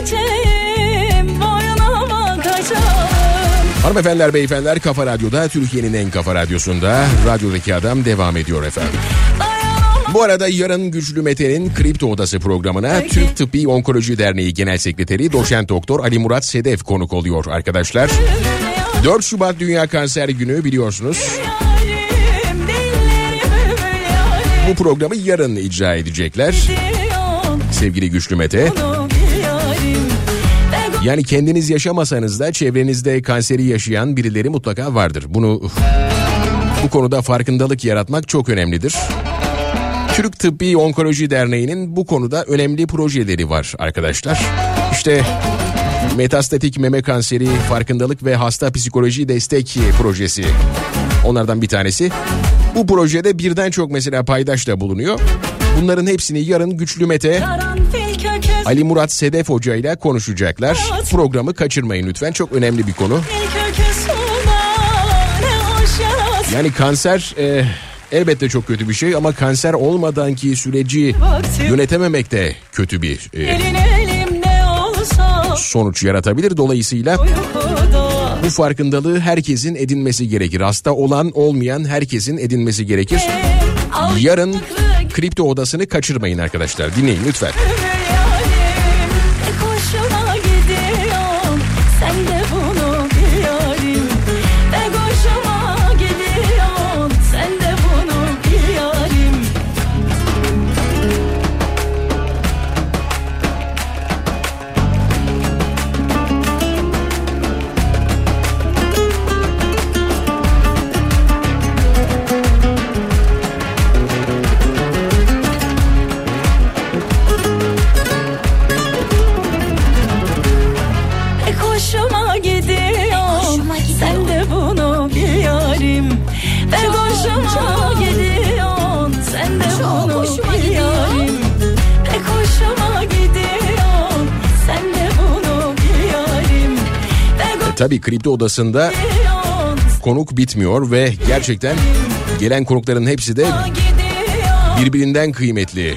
çekeceğim, boynuma kaçalım. Hanımefendiler, beyefendiler, Kafa Radyo'da, Türkiye'nin en kafa radyosunda Radyodaki Adam devam ediyor efendim. Bu arada yarın Güçlü Mete'nin Kripto Odası programına Türk Tıbbi Onkoloji Derneği Genel Sekreteri Doçent Doktor Ali Murat Sedef konuk oluyor arkadaşlar. 4 Şubat Dünya Kanser Günü biliyorsunuz. Bu programı yarın icra edecekler. Sevgili Güçlü Mete. Yani kendiniz yaşamasanız da çevrenizde kanseri yaşayan birileri mutlaka vardır. Bu konuda farkındalık yaratmak çok önemlidir. Türk Tıbbi Onkoloji Derneği'nin bu konuda önemli projeleri var arkadaşlar. İşte metastatik meme kanseri farkındalık ve hasta psikoloji destek projesi. Onlardan bir tanesi. Bu projede birden çok mesela paydaş da bulunuyor. Bunların hepsini yarın Güçlü Mete, Ali Murat Sedef Hoca ile konuşacaklar. Programı kaçırmayın lütfen, çok önemli bir konu. Yani kanser elbette çok kötü bir şey ama kanser olmadanki süreci yönetememek de kötü bir sonuç yaratabilir. Dolayısıyla bu farkındalığı herkesin edinmesi gerekir. Hasta olan olmayan herkesin edinmesi gerekir. Yarın Kripto Odası'nı kaçırmayın arkadaşlar. Dinleyin lütfen. Tabii Kripto Odası'nda konuk bitmiyor ve gerçekten gelen konukların hepsi de birbirinden kıymetli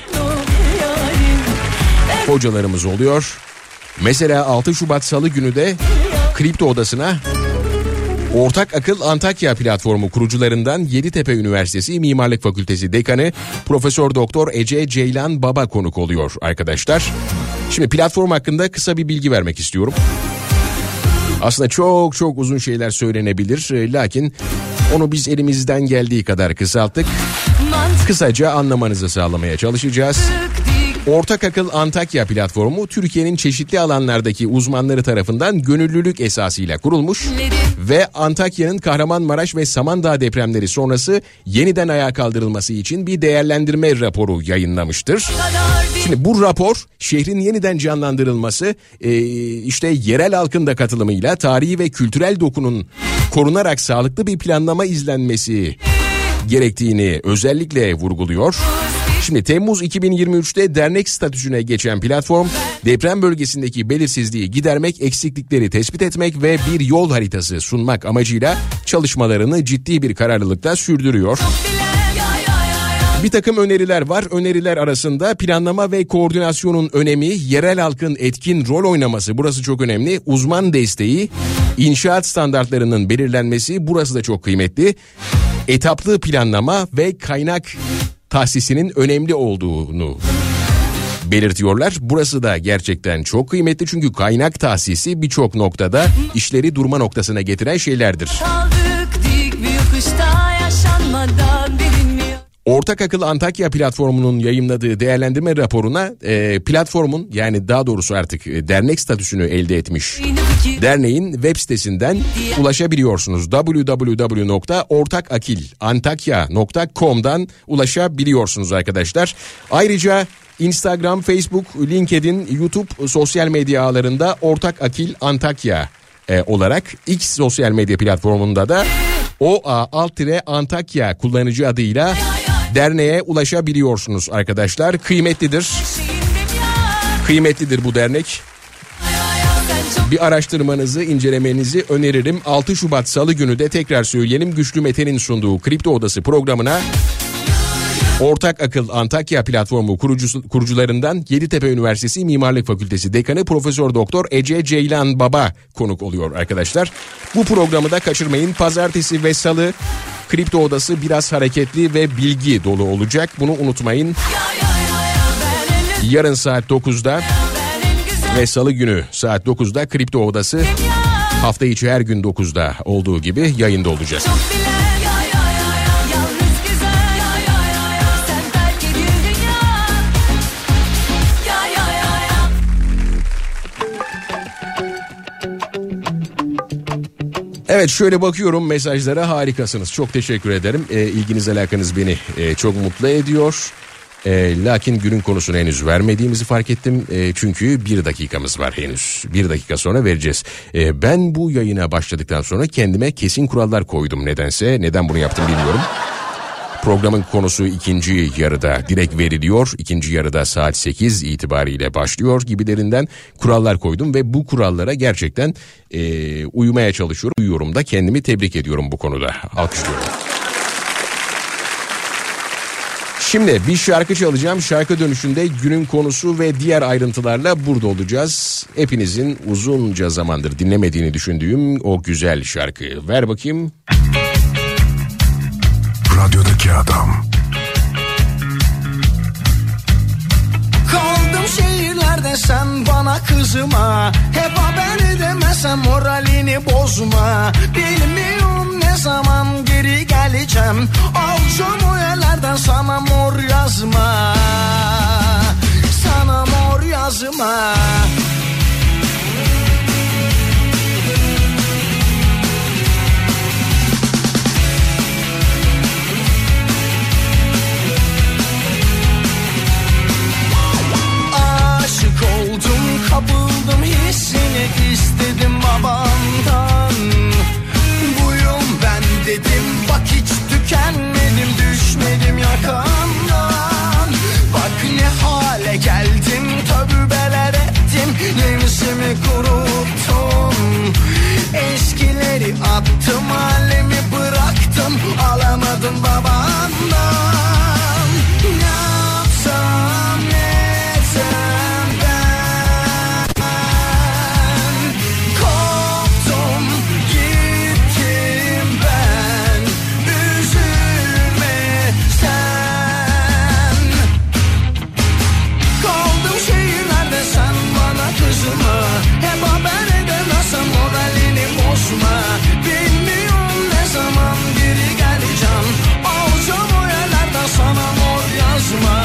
hocalarımız oluyor. Mesela 6 Şubat Salı günü de Kripto Odası'na Ortak Akıl Antakya platformu kurucularından Yeditepe Üniversitesi Mimarlık Fakültesi Dekanı Profesör Doktor Ece Ceylan Baba konuk oluyor arkadaşlar. Şimdi platform hakkında kısa bir bilgi vermek istiyorum. Aslında çok uzun şeyler söylenebilir, lakin onu biz elimizden geldiği kadar kısalttık. Kısaca anlamanızı sağlamaya çalışacağız. Ortak Akıl Antakya platformu Türkiye'nin çeşitli alanlardaki uzmanları tarafından gönüllülük esasıyla kurulmuş ve Antakya'nın Kahramanmaraş ve Samandağ depremleri sonrası yeniden ayağa kaldırılması için bir değerlendirme raporu yayınlamıştır. Şimdi bu rapor şehrin yeniden canlandırılması, işte yerel halkın da katılımıyla tarihi ve kültürel dokunun korunarak sağlıklı bir planlama izlenmesi gerektiğini özellikle vurguluyor. Şimdi Temmuz 2023'te dernek statüsüne geçen platform deprem bölgesindeki belirsizliği gidermek, eksiklikleri tespit etmek ve bir yol haritası sunmak amacıyla çalışmalarını ciddi bir kararlılıkla sürdürüyor. Bir takım öneriler var. Öneriler arasında planlama ve koordinasyonun önemi, yerel halkın etkin rol oynaması, burası çok önemli. Uzman desteği, inşaat standartlarının belirlenmesi, burası da çok kıymetli. Etaplı planlama ve kaynak tahsisinin önemli olduğunu belirtiyorlar. Burası da gerçekten çok kıymetli çünkü kaynak tahsisi birçok noktada işleri durma noktasına getiren şeylerdir. Ortak Akıl Antakya platformunun yayımladığı değerlendirme raporuna platformun, yani daha doğrusu artık dernek statüsünü elde etmiş derneğin web sitesinden ulaşabiliyorsunuz. www.ortakakilantakya.com'dan ulaşabiliyorsunuz arkadaşlar. Ayrıca Instagram, Facebook, LinkedIn, YouTube sosyal medya ağlarında Ortak Akil Antakya olarak, X sosyal medya platformunda da OA-Antakya kullanıcı adıyla derneğe ulaşabiliyorsunuz arkadaşlar. Kıymetlidir. Kıymetlidir bu dernek. Bir araştırmanızı, incelemenizi öneririm. 6 Şubat Salı günü de tekrar söyleyelim, Güçlü Mete'nin sunduğu Kripto Odası programına Ortak Akıl Antakya platformu kurucularından Yeditepe Üniversitesi Mimarlık Fakültesi Dekanı Profesör Doktor Ece Ceylan Baba konuk oluyor arkadaşlar. Bu programı da kaçırmayın. Pazartesi ve Salı Kripto Odası biraz hareketli ve bilgi dolu olacak. Bunu unutmayın. Yarın saat 9'da ve Salı günü saat 9'da Kripto Odası hafta içi her gün 9'da olduğu gibi yayında olacağız. Evet, şöyle bakıyorum mesajlara, harikasınız. Çok teşekkür ederim. İlginiz alakanız beni çok mutlu ediyor. Lakin günün konusunu henüz vermediğimizi fark ettim. Çünkü 1 dakikamız var henüz. 1 dakika sonra vereceğiz. Ben bu yayına başladıktan sonra kendime kesin kurallar koydum nedense. Neden bunu yaptım bilmiyorum. Programın konusu ikinci yarıda direkt veriliyor. İkinci yarıda saat 8 itibariyle başlıyor gibilerinden kurallar koydum ve bu kurallara gerçekten uymaya çalışıyorum. Uyuyorum da, kendimi tebrik ediyorum bu konuda. Alkışlıyorum. Şimdi bir şarkı çalacağım. Şarkı dönüşünde günün konusu ve diğer ayrıntılarla burada olacağız. Hepinizin uzunca zamandır dinlemediğini düşündüğüm o güzel şarkı. Ver bakayım. Radyodaki adam. Kaldım şehirlerde sen bana kızma. Hep haber edemezsem moralini bozma. Bilmiyorum ne zaman geri geleceğim. Alacağım o yerlerden sana mor yazma. Sana mor yazma. Kapıldım hissine, istedim babandan. Buyum ben dedim, bak hiç tükenmedim, düşmedim yakamdan. Bak ne hale geldim, tövbeler ettim, nefsimi kuruttum. Eskileri attım, halimi bıraktım, alamadım babandan. Ne yapsam ne etsem, hep haber edemezsem moralini bozma. Bilmiyorum ne zaman geri geleceğim. Alacağım o yerlerden sana mor yazma.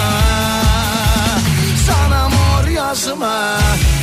Sana mor yazma.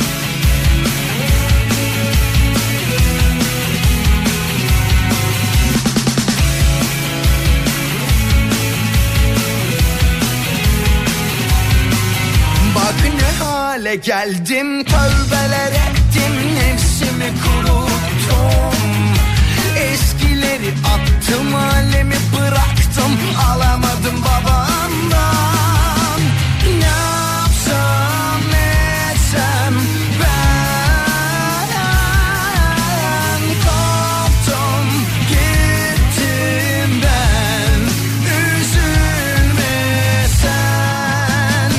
Bak ne hale geldim, tövbeler ettim, nefsimi kuruttum. Eskileri attım, halimi bıraktım, alamadım babandan. Ne yapsam ne etsem ben, koptum gittim ben, üzülme sen.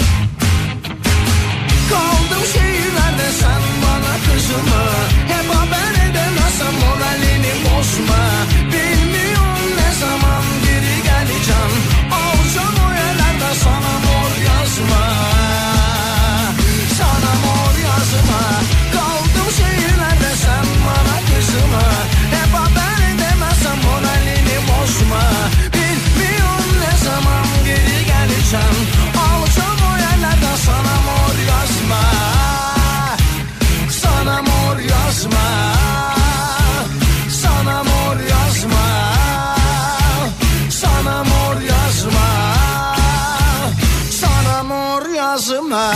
Kaldım şehirlerde sen bana kızma. Hep haber edemezsem moralini bozma. Bilmiyorum ne zaman geri geleceğim. Alacağım o yerlerden sana mor yazma. Sana mor yazma. Kaldım şehirlerde sen bana kızma. Hep haber edemezsem moralini bozma. Bilmiyorum ne zaman geri geleceğim. Alacağım o yerlerden sana mor yazma. Sana mor yazma. Sana mor yazma. Sana mor yazma. Sana mor yazma.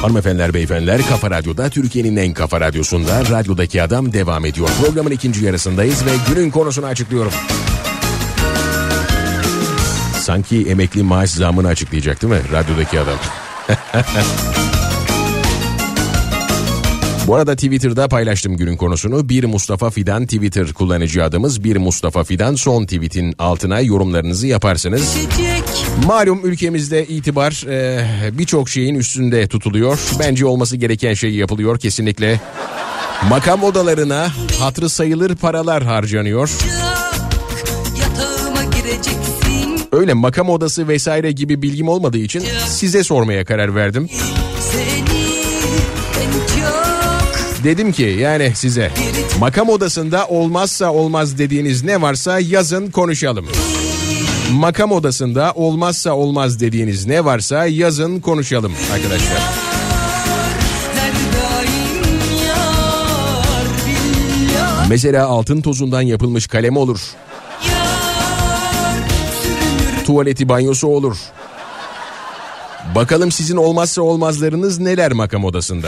Hanımefendiler, beyefendiler, Kafa Radyo'da, Türkiye'nin en kafa radyosunda Radyodaki Adam devam ediyor. Programın ikinci yarısındayız ve günün konusunu açıklıyorum. Sanki emekli maaş zammını açıklayacak değil mi Radyodaki Adam? Bu arada Twitter'da paylaştım günün konusunu. Bir Mustafa Fidan Twitter kullanıcı adımız. Bir Mustafa Fidan son tweetin altına yorumlarınızı yaparsınız. Malum ülkemizde itibar birçok şeyin üstünde tutuluyor. Bence olması gereken şey yapılıyor kesinlikle. Makam odalarına hatırı sayılır paralar harcanıyor. Öyle makam odası vesaire gibi bilgim olmadığı için size sormaya karar verdim. Dedim ki yani size makam odasında olmazsa olmaz dediğiniz ne varsa yazın konuşalım. Makam odasında olmazsa olmaz dediğiniz ne varsa yazın konuşalım arkadaşlar. Mesela altın tozundan yapılmış kalem olur. Tuvaleti, banyosu olur. Bakalım sizin olmazsa olmazlarınız neler makam odasında?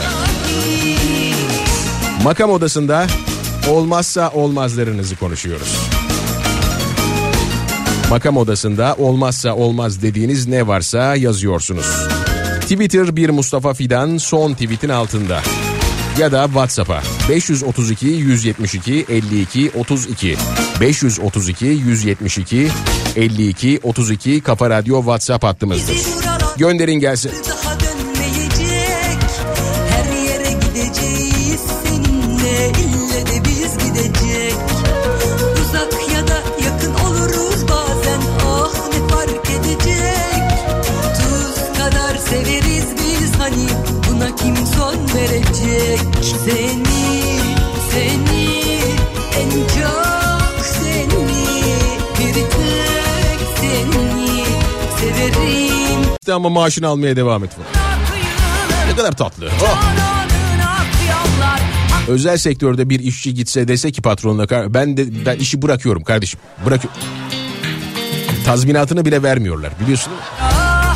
Makam odasında olmazsa olmazlarınızı konuşuyoruz. Makam odasında olmazsa olmaz dediğiniz ne varsa yazıyorsunuz. Twitter bir Mustafa Fidan son tweetin altında. Ya da WhatsApp'a 532 172 52 32 532 172 52 32 Kafa Radyo WhatsApp hattımızdır. Gönderin gelsin. Seni en çok seni bir tek seni severim. Ama maaşını almaya devam et. Ne kadar tatlı. Oh. Özel sektörde bir işçi gitse dese ki patronuna ben işi bırakıyorum kardeşim. Bırakıyorum. Tazminatını bile vermiyorlar biliyorsun değil mi?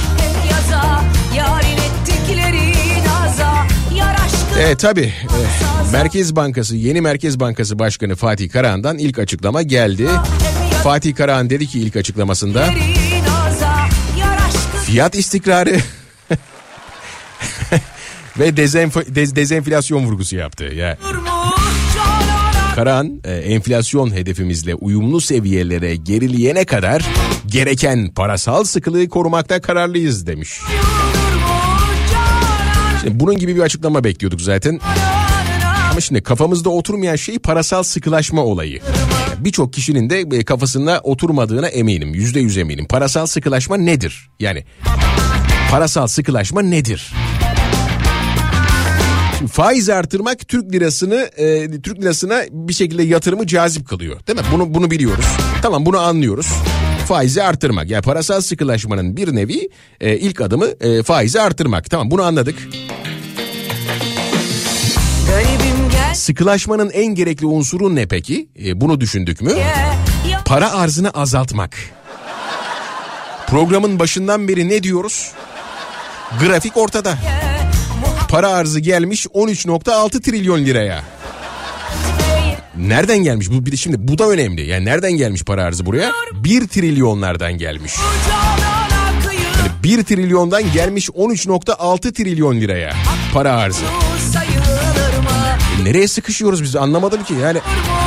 Tabii. Merkez Bankası, yeni Merkez Bankası Başkanı Fatih Karahan'dan ilk açıklama geldi. Fatih Karahan dedi ki ilk açıklamasında fiyat istikrarı ve dezenflasyon vurgusu yaptı. Yani Karahan enflasyon hedefimizle uyumlu seviyelere gerileyene kadar gereken parasal sıkılığı korumakta kararlıyız demiş. Şimdi bunun gibi bir açıklama bekliyorduk zaten. Ama şimdi kafamızda oturmayan şey parasal sıkılaşma olayı. Yani birçok kişinin de kafasında oturmadığına eminim. %100 eminim. Parasal sıkılaşma nedir? Yani parasal sıkılaşma nedir? Şimdi faiz artırmak Türk lirasına bir şekilde yatırımı cazip kılıyor. Değil mi? Bunu biliyoruz. Tamam, bunu anlıyoruz. Faizi artırmak. Yani parasal sıkılaşmanın bir nevi ilk adımı faizi artırmak. Tamam, bunu anladık. Sıkılaşmanın en gerekli unsuru ne peki? Bunu düşündük mü? Para arzını azaltmak. Programın başından beri ne diyoruz? Grafik ortada. Para arzı gelmiş 13.6 trilyon liraya. Nereden gelmiş? Şimdi bu da önemli. Yani nereden gelmiş para arzı buraya? 1 trilyonlardan gelmiş. Yani 1 trilyondan gelmiş 13.6 trilyon liraya para arzı. Nereye sıkışıyoruz biz, anlamadım ki yani.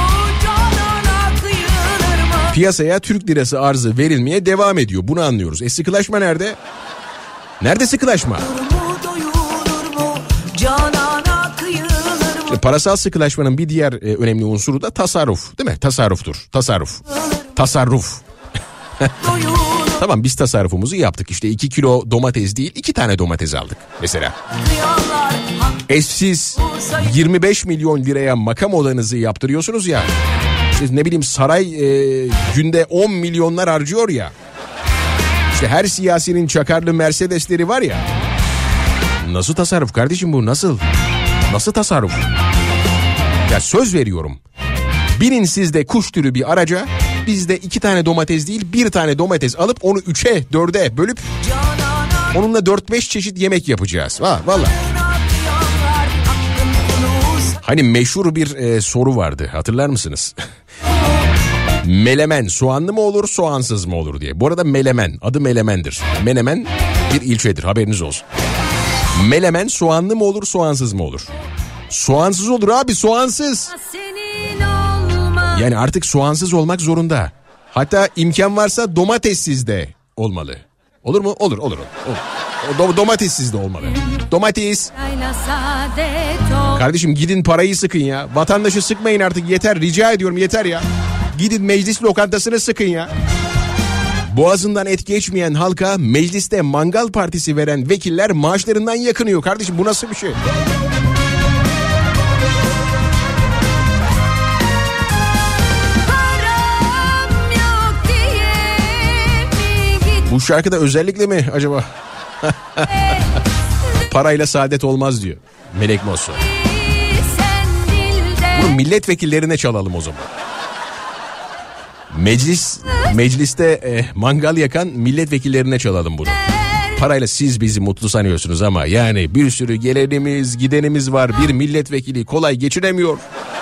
Piyasaya Türk lirası arzı verilmeye devam ediyor, bunu anlıyoruz. Sıkılaşma nerede? Nerede sıkılaşma? Parasal sıkılaşmanın bir diğer önemli unsuru da tasarruf, değil mi? Tasarruf. Tamam, biz tasarrufumuzu yaptık. İşte 2 kilo domates değil 2 tane domates aldık mesela. Siz 25 milyon liraya makam odanızı yaptırıyorsunuz ya. Siz ne bileyim saray günde 10 milyonlar harcıyor ya. İşte her siyasinin çakarlı Mercedesleri var ya. Nasıl tasarruf kardeşim bu, nasıl? Nasıl tasarruf? Ya söz veriyorum. Binin siz de kuş türü bir araca, biz de 2 tane domates değil 1 tane domates alıp onu 3'e 4'e bölüp onunla 4-5 çeşit yemek yapacağız. Vallahi. Hani meşhur bir soru vardı, hatırlar mısınız? Melemen soğanlı mı olur, soğansız mı olur diye. Bu arada Melemen, adı Melemen'dir. Menemen bir ilçedir, haberiniz olsun. Melemen soğanlı mı olur, soğansız mı olur? Soğansız olur abi, soğansız. Yani artık soğansız olmak zorunda. Hatta imkan varsa domatessiz de olmalı. Olur mu? Olur. Domatessiz de olmalı. Domates. Kardeşim gidin parayı sıkın ya. Vatandaşı sıkmayın artık, yeter. Rica ediyorum, yeter ya. Gidin meclis lokantasını sıkın ya. Boğazından et geçmeyen halka mecliste mangal partisi veren vekiller maaşlarından yakınıyor. Kardeşim bu nasıl bir şey? Bu şarkıda özellikle mi acaba? Parayla saadet olmaz diyor Melek Mosso. Bunu milletvekillerine çalalım o zaman. Mecliste mangal yakan milletvekillerine çalalım bunu. Parayla siz bizi mutlu sanıyorsunuz ama yani bir sürü gelenimiz gidenimiz var. Bir milletvekili kolay geçinemiyor.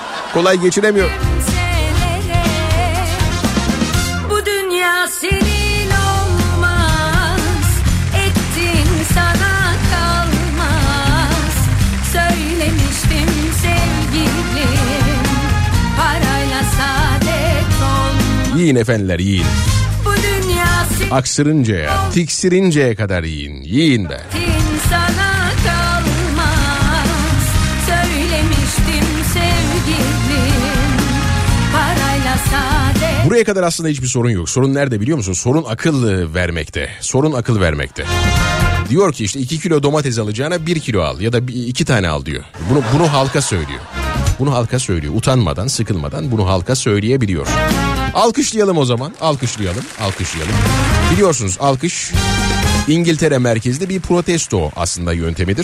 Bu dünya senin olmaz, ettin sana kalmaz. Söylemiştim sevgilim, parayla saadet olmaz. Yiyin efendiler, yiyin. Bu dünya Aksırıncaya, tiksirinceye kadar yiyin. Yiyin be. sana kalmaz. Söylemiştim sevgilim, parayla saadet. Buraya kadar aslında hiçbir sorun yok. Sorun nerede biliyor musun? Sorun akıl vermekte. Diyor ki işte 2 kilo domates alacağına 1 kilo al ya da 2 tane al diyor. Bunu halka söylüyor. Utanmadan, sıkılmadan bunu halka söyleyebiliyor. Alkışlayalım o zaman. Alkışlayalım. Biliyorsunuz alkış İngiltere merkezli bir protesto aslında yöntemidir.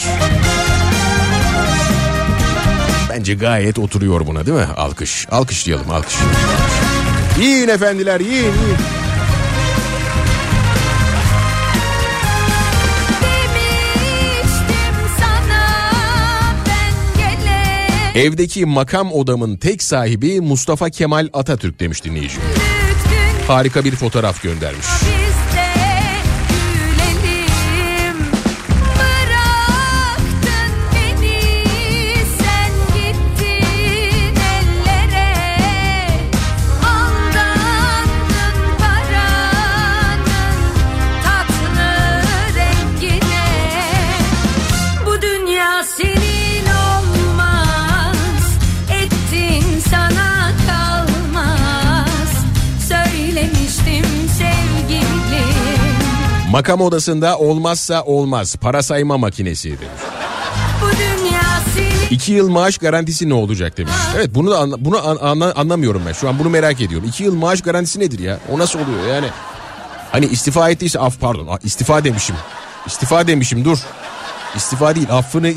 Bence gayet oturuyor buna, değil mi? Alkışlayalım. Yiyin efendiler, yiyin. Evdeki makam odamın tek sahibi Mustafa Kemal Atatürk demiş dinleyici. Harika bir fotoğraf göndermiş. Makam odasında olmazsa olmaz para sayma makinesi demiş. 2 yıl maaş garantisi ne olacak demiş. Evet, bunu anlamıyorum ben. Şu an bunu merak ediyorum. 2 yıl maaş garantisi nedir ya? O nasıl oluyor yani? Hani istifa ettiyse istifa demişim dur. İstifa değil, affını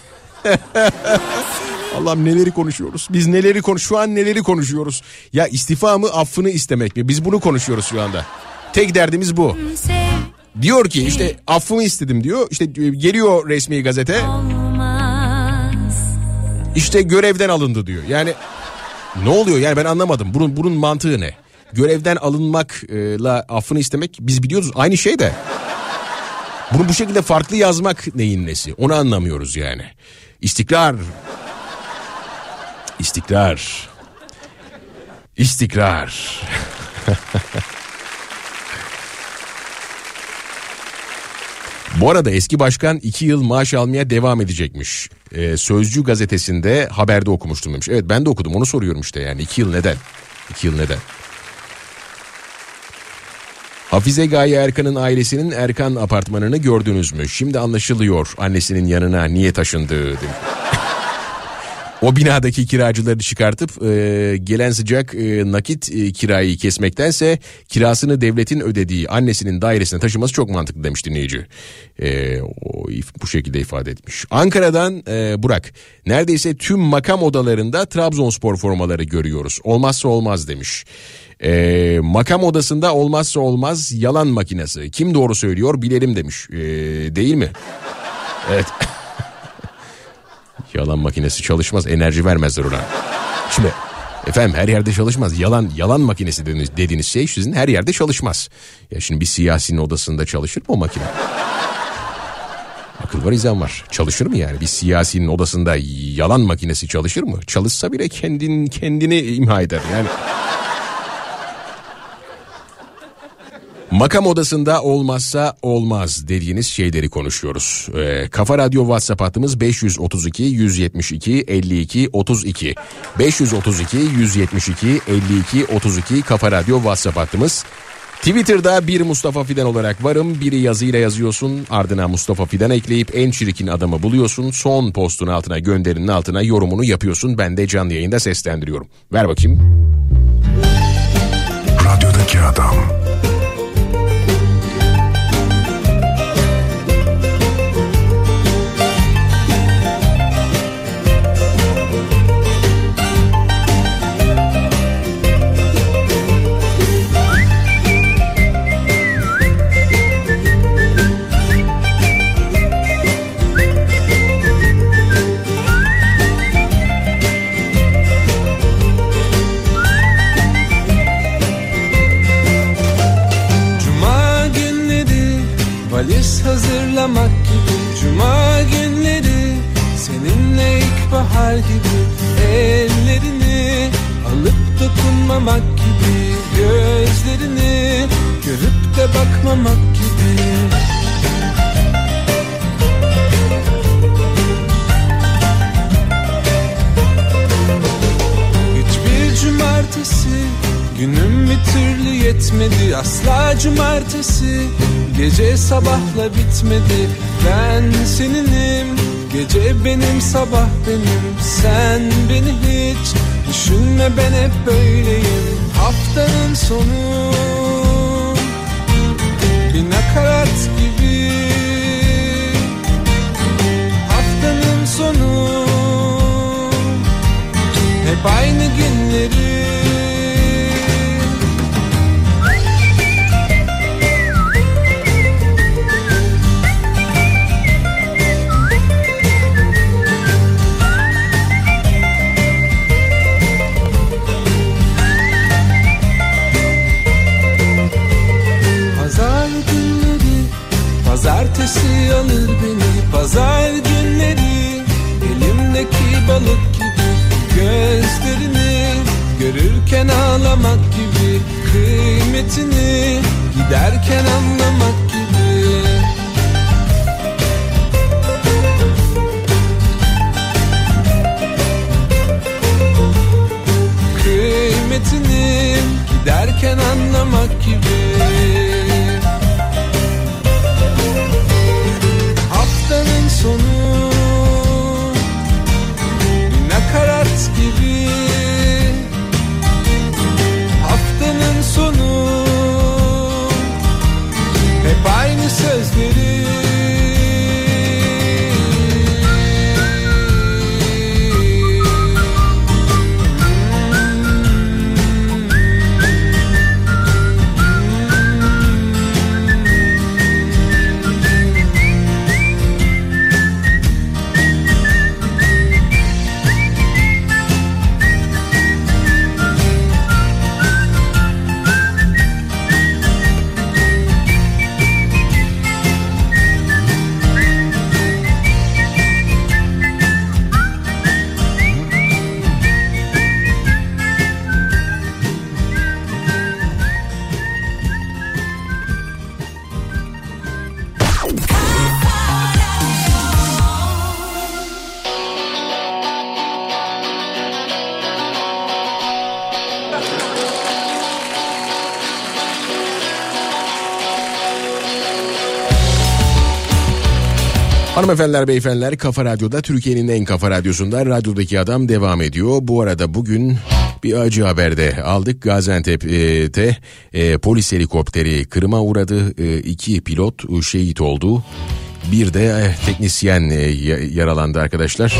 Allah'ım neleri konuşuyoruz. Biz şu an neleri konuşuyoruz? Ya istifa mı, affını istemek mi? Biz bunu konuşuyoruz şu anda. Tek derdimiz bu. Diyor ki işte affımı istedim diyor. İşte geliyor resmi gazete. İşte görevden alındı diyor. Yani ne oluyor yani, ben anlamadım. Bunun mantığı ne? Görevden alınmakla affını istemek biz biliyoruz aynı şey de. Bunu bu şekilde farklı yazmak neyin nesi? Onu anlamıyoruz yani. İstikrar. Bu arada eski başkan 2 yıl maaş almaya devam edecekmiş. Sözcü gazetesinde haberde okumuştum demiş. Evet, ben de okudum, onu soruyorum işte yani 2 yıl neden? Hafize Gaye Erkan'ın ailesinin Erkan apartmanını gördünüz mü? Şimdi anlaşılıyor annesinin yanına niye taşındığı demiş. O binadaki kiracıları çıkartıp gelen sıcak nakit kirayı kesmektense kirasını devletin ödediği annesinin dairesine taşıması çok mantıklı demiş dinleyici. Bu şekilde ifade etmiş. Ankara'dan Burak, neredeyse tüm makam odalarında Trabzonspor formaları görüyoruz. Olmazsa olmaz demiş. Makam odasında olmazsa olmaz yalan makinesi. Kim doğru söylüyor bilelim demiş. Değil mi? Evet. Yalan makinesi çalışmaz, enerji vermezler ona. Şimdi efendim her yerde çalışmaz. Yalan makinesi dediğiniz şey sizin her yerde çalışmaz. Ya şimdi bir siyasinin odasında çalışır mı o makine? Akıl var, izan var. Çalışır mı yani? Bir siyasinin odasında yalan makinesi çalışır mı? Çalışsa bile kendini imha eder yani. Makam odasında olmazsa olmaz dediğiniz şeyleri konuşuyoruz. Kafa Radyo WhatsApp hattımız 532 172 52 32. 532 172 52 32 Kafa Radyo WhatsApp hattımız. Twitter'da bir Mustafa Fidan olarak varım. Biri yazıyla yazıyorsun, ardına Mustafa Fidan ekleyip en çirkin adamı buluyorsun. Son postun altına, gönderinin altına yorumunu yapıyorsun. Ben de canlı yayında seslendiriyorum. Ver bakayım. Radyodaki adam. Valiz hazırlamak gibi, cuma günleri seninle ilkbahar gibi, ellerini alıp dokunmamak gibi, gözlerini görüp de bakmamak gibi. Hiçbir cumartesi günüm bir türlü yetmedi, asla cumartesi gece sabahla bitmedi. Ben seninim, gece benim, sabah benim. Sen beni hiç düşünme, ben hep böyleyim. Haftanın sonu bir nakarat gibi, haftanın sonu hep aynı günleri. Pazartesi alır beni, pazar günleri elimdeki balık gibi, gözlerini görürken ağlamak gibi, kıymetini giderken anlamak gibi. Kıymetini giderken anlamak gibi. Haftanın sonu bir nakarat gibi, haftanın sonu hep aynı sözleri. Hanımefendiler, beyefendiler, Kafa Radyo'da, Türkiye'nin en kafa radyosunda Radyodaki Adam devam ediyor. Bu arada bugün bir acı haber de aldık. Gaziantep'te polis helikopteri kırıma uğradı. 2 pilot şehit oldu. Bir de teknisyen yaralandı arkadaşlar.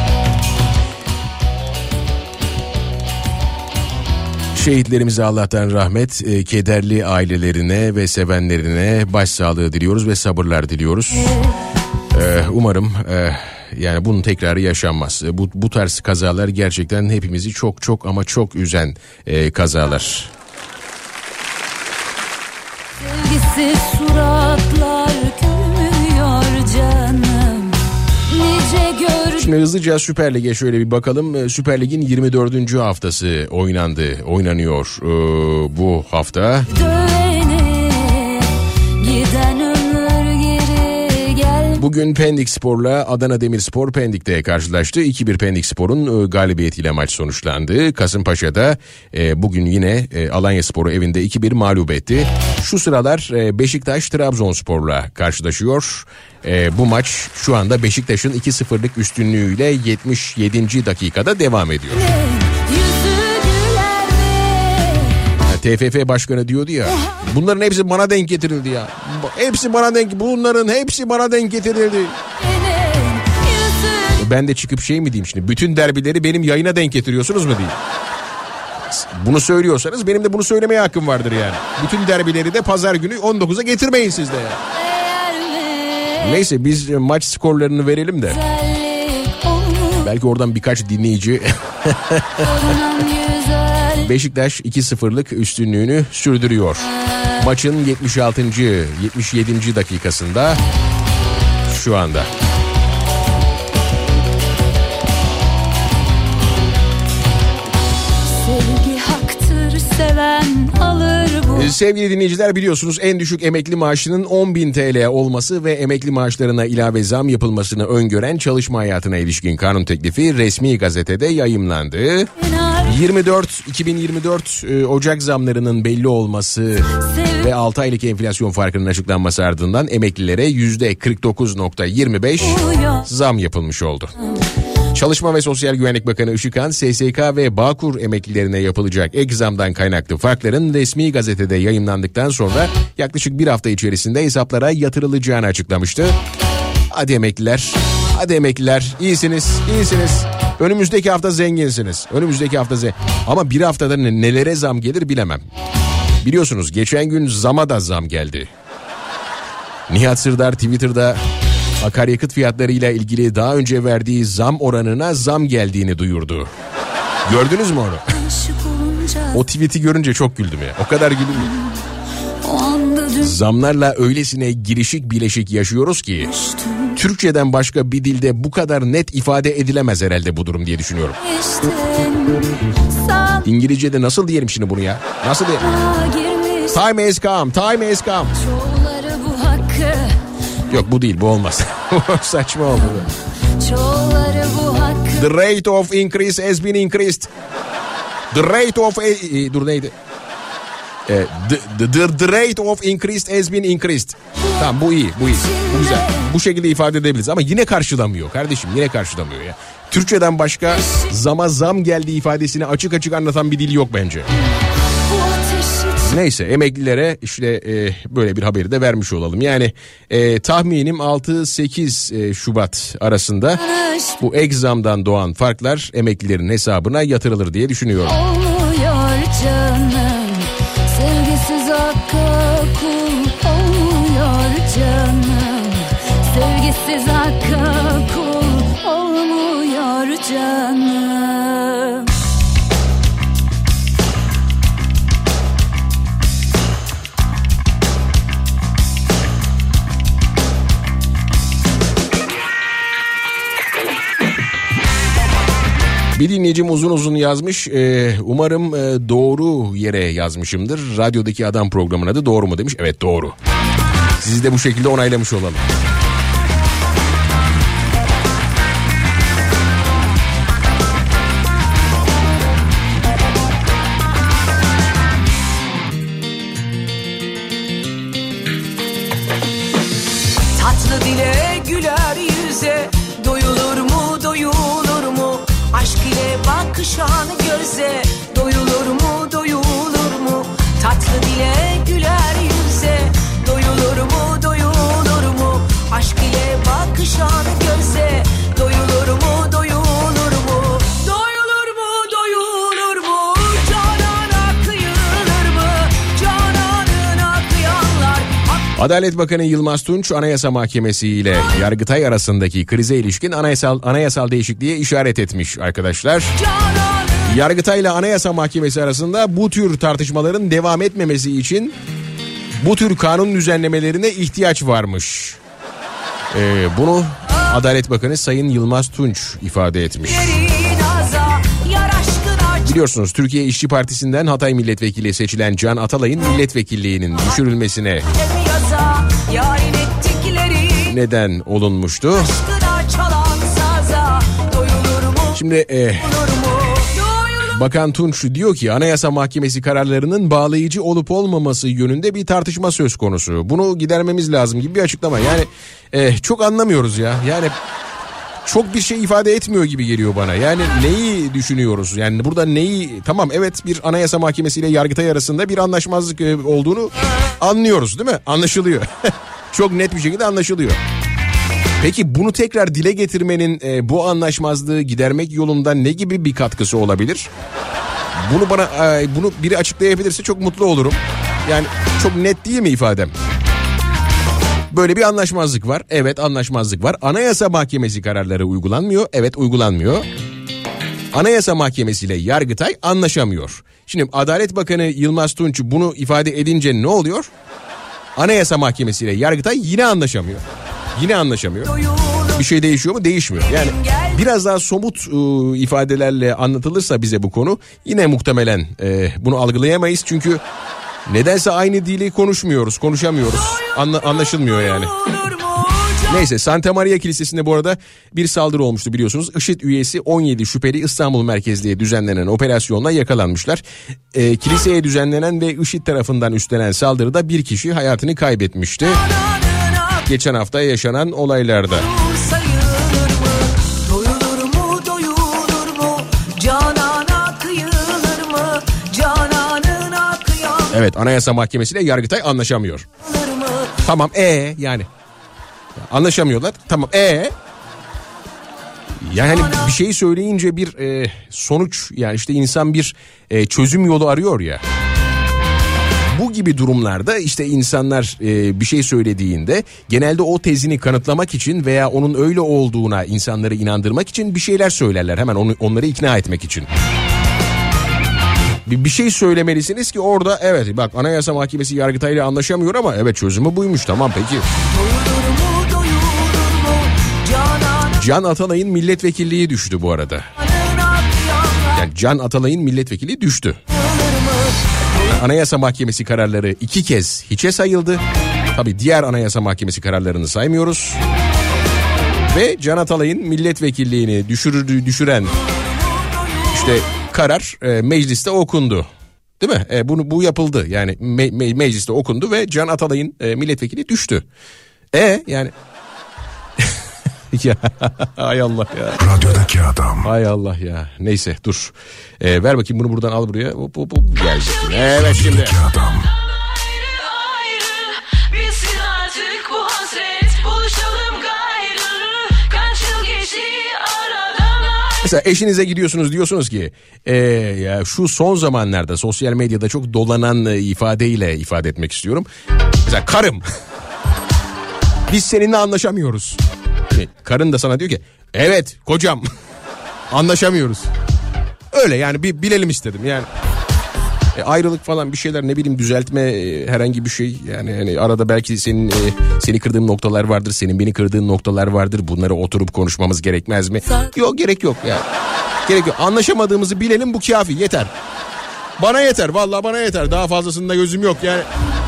Şehitlerimize Allah'tan rahmet, kederli ailelerine ve sevenlerine başsağlığı diliyoruz ve sabırlar diliyoruz. Umarım Yani bunun tekrarı yaşanmaz. Bu tarz kazalar gerçekten hepimizi çok ama çok üzen kazalar. Sevgisiz suratlar gülmüyor canım. Nice gör. Şimdi hızlıca Süper Lig'e şöyle bir bakalım. Süper Lig'in 24. haftası oynanıyor bu hafta. Bugün Pendik Spor'la Adana Demirspor Pendik'te karşılaştı. 2-1 Pendik Spor'un galibiyetiyle maç sonuçlandı. Kasımpaşa'da bugün yine Alanyaspor'u evinde 2-1 mağlup etti. Şu sıralar Beşiktaş Trabzonspor'la karşılaşıyor. Bu maç şu anda Beşiktaş'ın 2-0'lık üstünlüğüyle 77. dakikada devam ediyor. TFF Başkanı diyordu ya, bunların hepsi bana denk getirildi ya. Bunların hepsi bana denk getirildi. Ben de çıkıp şey mi diyeyim şimdi, bütün derbileri benim yayına denk getiriyorsunuz mu diyeyim. Bunu söylüyorsanız benim de bunu söylemeye hakkım vardır yani. Bütün derbileri de pazar günü 19'a getirmeyin siz de ya. Neyse biz maç skorlarını verelim de. Belki oradan birkaç dinleyici... Beşiktaş 2-0'lık üstünlüğünü sürdürüyor. Maçın 77. dakikasında şu anda. Sevgi haktır, seven alır bu. Sevgili dinleyiciler, biliyorsunuz en düşük emekli maaşının 10.000 TL olması ve emekli maaşlarına ilave zam yapılmasını öngören çalışma hayatına ilişkin kanun teklifi resmi gazetede yayımlandı. 2024 Ocak zamlarının belli olması ve 6 aylık enflasyon farkının açıklanması ardından emeklilere %49.25 zam yapılmış oldu. Çalışma ve Sosyal Güvenlik Bakanı Işıkhan, SSK ve Bağkur emeklilerine yapılacak ek zamdan kaynaklı farkların resmi gazetede yayımlandıktan sonra yaklaşık bir hafta içerisinde hesaplara yatırılacağını açıklamıştı. Hadi emekliler, iyisiniz. Önümüzdeki hafta zenginsiniz. Ama bir haftada nelere zam gelir bilemem. Biliyorsunuz geçen gün zama da zam geldi. Nihat Sırdar Twitter'da akaryakıt fiyatlarıyla ilgili daha önce verdiği zam oranına zam geldiğini duyurdu. Gördünüz mü onu? O tweet'i görünce çok güldüm ya. O kadar güldüm ya. Zamlarla öylesine girişik bileşik yaşıyoruz ki Türkçeden başka bir dilde bu kadar net ifade edilemez herhalde bu durum diye düşünüyorum. İngilizce'de nasıl diyelim şimdi bunu ya? Nasıl diyelim? Time has come. Yok bu değil, bu olmaz. Saçma oldu. The rate of increase has been increased. The rate of... dur neydi? The rate of increase has been increased. Tamam, bu iyi. Bu güzel. Bu şekilde ifade edebiliriz ama yine karşılamıyor kardeşim, ya. Türkçeden başka zam geldiği ifadesini açık açık anlatan bir dil yok bence. Neyse, emeklilere işte böyle bir haberi de vermiş olalım. Yani tahminim 6-8 Şubat arasında bu ek zamdan doğan farklar emeklilerin hesabına yatırılır diye düşünüyorum. Olmuyor canım, sevgisiz hakka kul olmuyor canım, sevgisiz hakka kul olmuyor canım. Bir dinleyicim uzun yazmış. Umarım doğru yere yazmışımdır. Radyodaki Adam programının adı doğru mu demiş. Evet, doğru. Sizi de bu şekilde onaylamış olalım. Tatlı dile güler yüze, doyulur mu doyulur mu? Aşk ile bakışan göze, doyulur mu doyulur mu? Tatlı dile güler yüze, doyulur mu doyulur mu? Aşk ile bakışan göze, doyulur mu doyulur mu? Doyulur mu doyulur mu? Canana kıyılır mı? Cananına kıyanlar. Adalet Bakanı Yılmaz Tunç Anayasa Mahkemesi ile Yargıtay arasındaki krize ilişkin anayasal değişikliğe işaret etmiş arkadaşlar. Yargıtay ile Anayasa Mahkemesi arasında bu tür tartışmaların devam etmemesi için bu tür kanun düzenlemelerine ihtiyaç varmış. Bunu Adalet Bakanı Sayın Yılmaz Tunç ifade etmiş. Biliyorsunuz Türkiye İşçi Partisi'nden Hatay Milletvekili seçilen Can Atalay'ın milletvekilliğinin düşürülmesine neden olunmuştu. Şimdi Bakan Tunç diyor ki Anayasa Mahkemesi kararlarının bağlayıcı olup olmaması yönünde bir tartışma söz konusu. Bunu gidermemiz lazım gibi bir açıklama. Yani çok anlamıyoruz ya. Yani çok bir şey ifade etmiyor gibi geliyor bana. Yani neyi düşünüyoruz? Yani burada neyi... Tamam evet bir Anayasa Mahkemesi ile Yargıtay arasında bir anlaşmazlık olduğunu anlıyoruz değil mi? Anlaşılıyor. Çok net bir şekilde anlaşılıyor. Peki bunu tekrar dile getirmenin bu anlaşmazlığı gidermek yolunda ne gibi bir katkısı olabilir? Bunu biri açıklayabilirse çok mutlu olurum. Yani çok net değil mi ifadem? Böyle bir anlaşmazlık var. Evet anlaşmazlık var. Anayasa Mahkemesi kararları uygulanmıyor. Evet uygulanmıyor. Anayasa Mahkemesi ile Yargıtay anlaşamıyor. Şimdi Adalet Bakanı Yılmaz Tunç bunu ifade edince ne oluyor? Anayasa Mahkemesi ile Yargıtay yine anlaşamıyor. Yine anlaşamıyor. Bir şey değişiyor mu? Değişmiyor. Yani biraz daha somut ifadelerle anlatılırsa bize bu konu yine muhtemelen bunu algılayamayız. Çünkü nedense aynı dili konuşamıyoruz. Anlaşılmıyor yani. Neyse Santa Maria Kilisesi'nde bu arada bir saldırı olmuştu biliyorsunuz. IŞİD üyesi 17 şüpheli İstanbul merkezli düzenlenen operasyonla yakalanmışlar. Kiliseye düzenlenen ve IŞİD tarafından üstlenen saldırıda bir kişi hayatını kaybetmişti. Geçen hafta yaşanan olaylarda. Evet Anayasa Mahkemesi ile Yargıtay anlaşamıyor. Tamam yani anlaşamıyorlar. Tamam yani bir şey söyleyince bir sonuç yani işte insan bir çözüm yolu arıyor ya. Bu gibi durumlarda işte insanlar bir şey söylediğinde genelde o tezini kanıtlamak için veya onun öyle olduğuna insanları inandırmak için bir şeyler söylerler. Hemen onları ikna etmek için. Bir şey söylemelisiniz ki orada evet bak Anayasa Mahkemesi Yargıtay'la anlaşamıyor ama evet çözümü buymuş tamam peki. Can Atalay'ın milletvekilliği düştü bu arada. Yani Can Atalay'ın milletvekilliği düştü. Anayasa Mahkemesi kararları 2 kez hiçe sayıldı. Tabii diğer Anayasa Mahkemesi kararlarını saymıyoruz. Ve Can Atalay'ın milletvekilliğini düşüren işte karar mecliste okundu. Değil mi? Bu yapıldı. Yani mecliste okundu ve Can Atalay'ın milletvekili düştü. Yani ya hay Allah ya. Radyodaki adam. Hay Allah ya. Neyse dur. Ver bakayım bunu buradan al buraya. Hop geldi. Evet şimdi. Adam. Mesela eşinize gidiyorsunuz diyorsunuz ki ya şu son zamanlarda sosyal medyada çok dolanan ifadeyle ifade etmek istiyorum. Mesela karım. Biz seninle anlaşamıyoruz. Karın da sana diyor ki evet kocam anlaşamıyoruz. Öyle yani bir bilelim istedim yani. Ayrılık falan bir şeyler ne bileyim düzeltme herhangi bir şey yani arada belki seni kırdığım noktalar vardır, senin beni kırdığın noktalar vardır. Bunları oturup konuşmamız gerekmez mi? Yok gerek yok ya. Gerek yok. Anlaşamadığımızı bilelim bu kafi yeter. Bana yeter vallahi bana yeter. Daha fazlasında gözüm yok yani.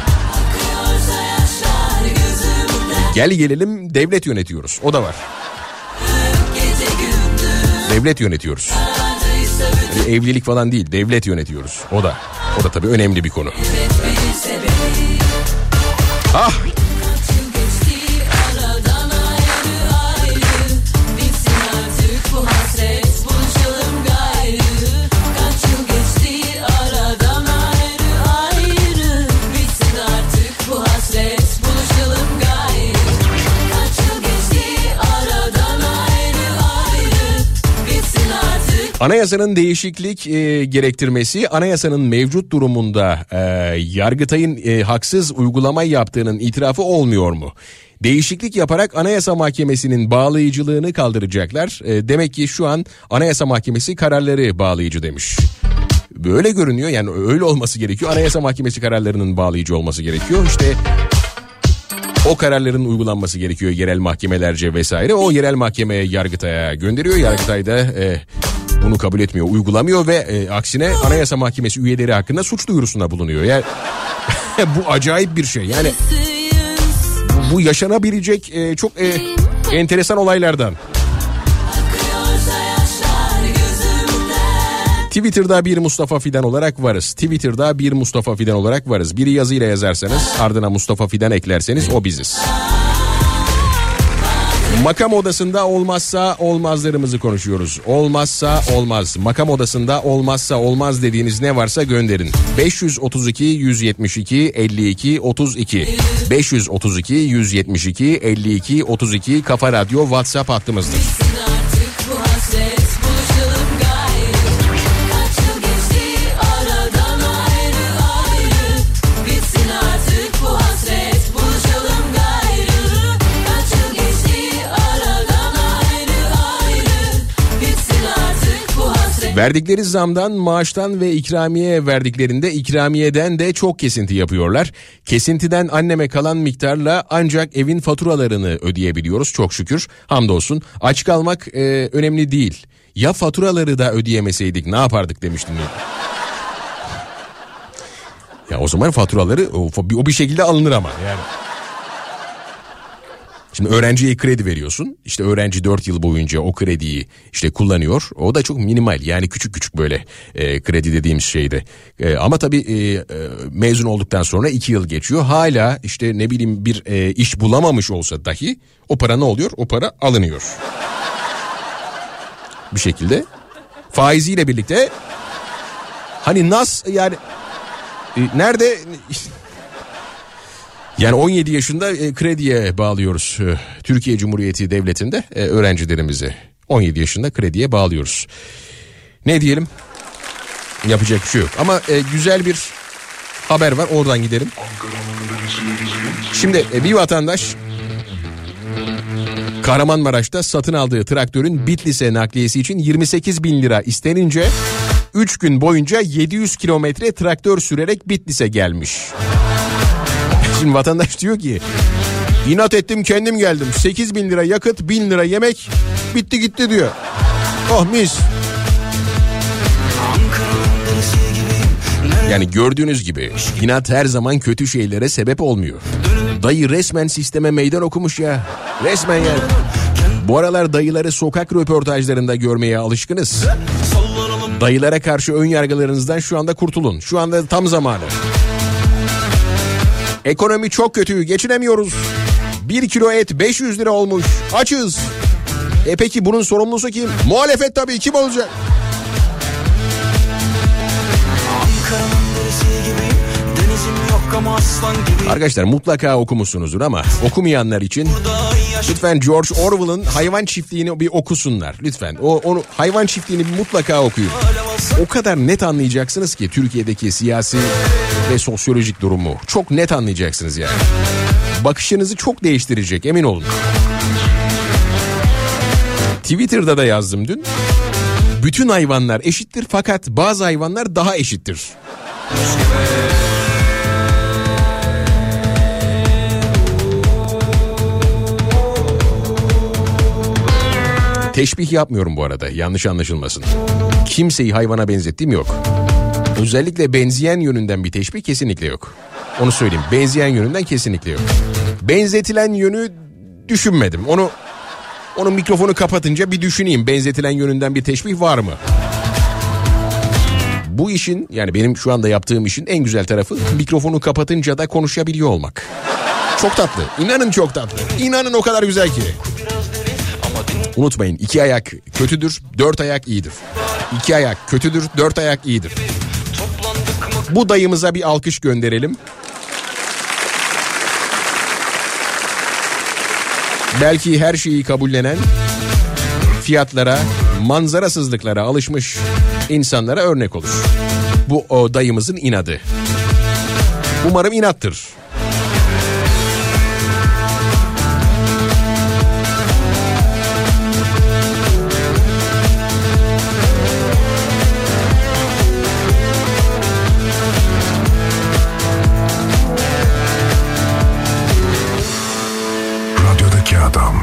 Gel gelelim devlet yönetiyoruz. O da var. Devlet yönetiyoruz. Yani evlilik falan değil, devlet yönetiyoruz. O da tabii önemli bir konu. Ah! Anayasanın değişiklik gerektirmesi anayasanın mevcut durumunda Yargıtay'ın haksız uygulama yaptığının itirafı olmuyor mu? Değişiklik yaparak Anayasa Mahkemesi'nin bağlayıcılığını kaldıracaklar. Demek ki şu an Anayasa Mahkemesi kararları bağlayıcı demiş. Böyle görünüyor, yani öyle olması gerekiyor. Anayasa Mahkemesi kararlarının bağlayıcı olması gerekiyor. İşte o kararların uygulanması gerekiyor yerel mahkemelerce vesaire. O yerel mahkemeye Yargıtay'a gönderiyor. Yargıtay da bunu kabul etmiyor, uygulamıyor ve aksine Anayasa Mahkemesi üyeleri hakkında suç duyurusunda bulunuyor. Yani bu acayip bir şey. Yani bu yaşanabilecek çok enteresan olaylardan. Twitter'da bir Mustafa Fidan olarak varız. Twitter'da bir Mustafa Fidan olarak varız. Biri yazıyla yazarsanız, ardına Mustafa Fidan eklerseniz o biziz. Makam odasında olmazsa olmazlarımızı konuşuyoruz. Olmazsa olmaz. Makam odasında olmazsa olmaz dediğiniz ne varsa gönderin. 532 172 52 32 532 172 52 32 Kafa Radyo WhatsApp hattımızdır. Verdikleri zamdan, maaştan ve ikramiye verdiklerinde ikramiyeden de çok kesinti yapıyorlar. Kesintiden anneme kalan miktarla ancak evin faturalarını ödeyebiliyoruz çok şükür. Hamdolsun. Aç kalmak önemli değil. Ya faturaları da ödeyemeseydik ne yapardık demiştim. Ya o zaman faturaları o bir şekilde alınır ama yani. Şimdi öğrenciye kredi veriyorsun. İşte öğrenci 4 yıl boyunca o krediyi işte kullanıyor. O da çok minimal, yani küçük küçük böyle kredi dediğimiz şeyde. Ama tabii mezun olduktan sonra 2 yıl geçiyor. Hala işte ne bileyim bir iş bulamamış olsa dahi o para ne oluyor? O para alınıyor. Bir şekilde faiziyle birlikte hani yani nerede... Yani 17 yaşında krediye bağlıyoruz. Türkiye Cumhuriyeti Devleti'nde öğrencilerimizi 17 yaşında krediye bağlıyoruz. Ne diyelim? Yapacak bir şey yok. Ama güzel bir haber var, oradan gidelim. Şimdi bir vatandaş Kahramanmaraş'ta satın aldığı traktörün Bitlis'e nakliyesi için 28 bin lira istenince 3 gün boyunca 700 kilometre traktör sürerek Bitlis'e gelmiş. Şimdi vatandaş diyor ki inat ettim kendim geldim, 8 bin lira yakıt, 1000 lira yemek, bitti gitti diyor. Oh mis. Yani gördüğünüz gibi inat her zaman kötü şeylere sebep olmuyor. Dayı resmen sisteme meydan okumuş ya. Resmen yani. Bu aralar dayıları sokak röportajlarında görmeye alışkınız. Dayılara karşı ön yargılarınızdan şu anda kurtulun. Şu anda tam zamanı. Ekonomi çok kötü, geçinemiyoruz. 1 kilo et 500 lira olmuş. Açız. Peki bunun sorumlusu kim? Muhalefet tabii, kim olacak? Arkadaşlar mutlaka okumuşsunuzdur ama okumayanlar için lütfen George Orwell'ın Hayvan Çiftliği'ni bir okusunlar. Lütfen onu Hayvan Çiftliği'ni mutlaka okuyun. O kadar net anlayacaksınız ki Türkiye'deki siyasi ve sosyolojik durumu. Çok net anlayacaksınız yani. Bakışınızı çok değiştirecek, emin olun. Twitter'da da yazdım dün. Bütün hayvanlar eşittir fakat bazı hayvanlar daha eşittir. Teşbih yapmıyorum bu arada, yanlış anlaşılmasın. Kimseyi hayvana benzettiğim yok. Özellikle benzeyen yönünden bir teşbih kesinlikle yok. Onu söyleyeyim, benzeyen yönünden kesinlikle yok. Benzetilen yönü düşünmedim. Onu mikrofonu kapatınca bir düşüneyim, benzetilen yönünden bir teşbih var mı? Bu işin, yani benim şu anda yaptığım işin en güzel tarafı mikrofonu kapatınca da konuşabiliyor olmak. Çok tatlı, inanın çok tatlı. İnanın o kadar güzel ki. Unutmayın, 2 ayak kötüdür, 4 ayak iyidir. 2 ayak kötüdür, 4 ayak iyidir. Bu dayımıza bir alkış gönderelim. Belki her şeyi kabullenen, fiyatlara manzarasızlıklara alışmış insanlara örnek olur. Bu o dayımızın inadı. Umarım inattır. Radyodaki adam.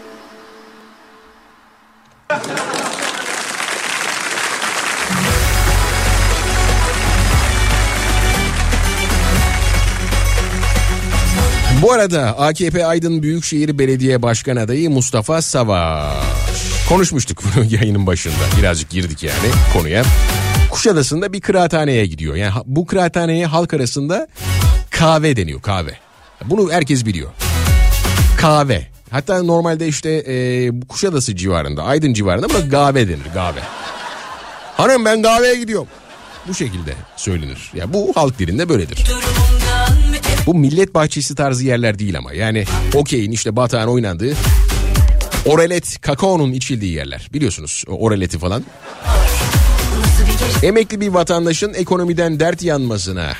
Bu arada AKP Aydın Büyükşehir Belediye Başkan Adayı Mustafa Savaş. Konuşmuştuk bunu yayının başında. Birazcık girdik yani konuya. Kuşadası'nda bir kıraathaneye gidiyor. Yani bu kıraathaneye halk arasında kahve deniyor, kahve. Bunu herkes biliyor. Kahve. Hatta normalde işte Kuşadası civarında, Aydın civarında ama kahve denir, kahve. Hanım ben kahveye gidiyorum. Bu şekilde söylenir. Ya bu halk dilinde böyledir. Bu millet bahçesi tarzı yerler değil ama. Yani okeyin işte batağın oynandığı, oralet, kakaonun içildiği yerler. Biliyorsunuz oraleti falan. Emekli bir vatandaşın ekonomiden dert yanmasına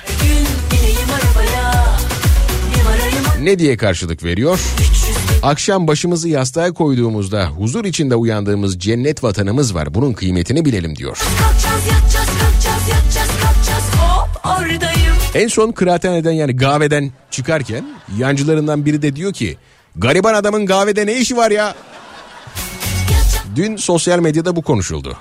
ne diye karşılık veriyor? Akşam başımızı yastığa koyduğumuzda huzur içinde uyandığımız cennet vatanımız var. Bunun kıymetini bilelim diyor. En son kıraathaneden yani kahveden çıkarken yancılarından biri de diyor ki gariban adamın kahvede ne işi var ya? Dün sosyal medyada bu konuşuldu.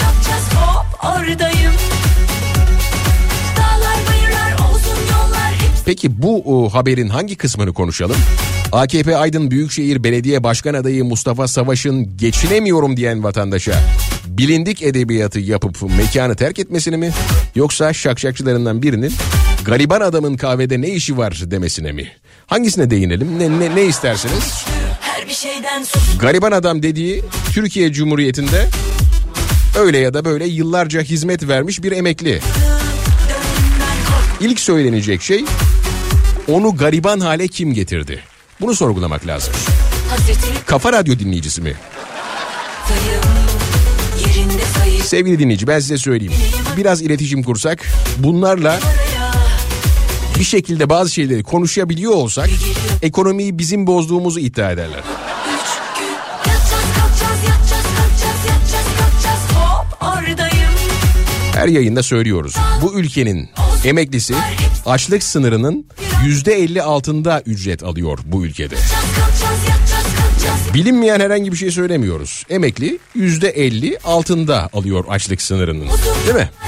Peki bu haberin hangi kısmını konuşalım? AKP Aydın Büyükşehir Belediye Başkan Adayı Mustafa Savaş'ın geçinemiyorum diyen vatandaşa bilindik edebiyatı yapıp mekanı terk etmesini mi? Yoksa şakşakçılarından birinin gariban adamın kahvede ne işi var demesine mi? Hangisine değinelim? Ne istersiniz? Gariban adam dediği Türkiye Cumhuriyeti'nde öyle ya da böyle yıllarca hizmet vermiş bir emekli. İlk söylenecek şey onu gariban hale kim getirdi? Bunu sorgulamak lazım. Kafa Radyo dinleyicisi mi? Sevgili dinleyici ben size söyleyeyim. Biraz iletişim kursak bunlarla bir şekilde bazı şeyleri konuşabiliyor olsak ekonomiyi bizim bozduğumuzu iddia ederler. Her yayında söylüyoruz. Bu ülkenin emeklisi açlık sınırının %50 altında ücret alıyor bu ülkede. Bilinmeyen herhangi bir şey söylemiyoruz. Emekli %50 altında alıyor açlık sınırının. Değil mi?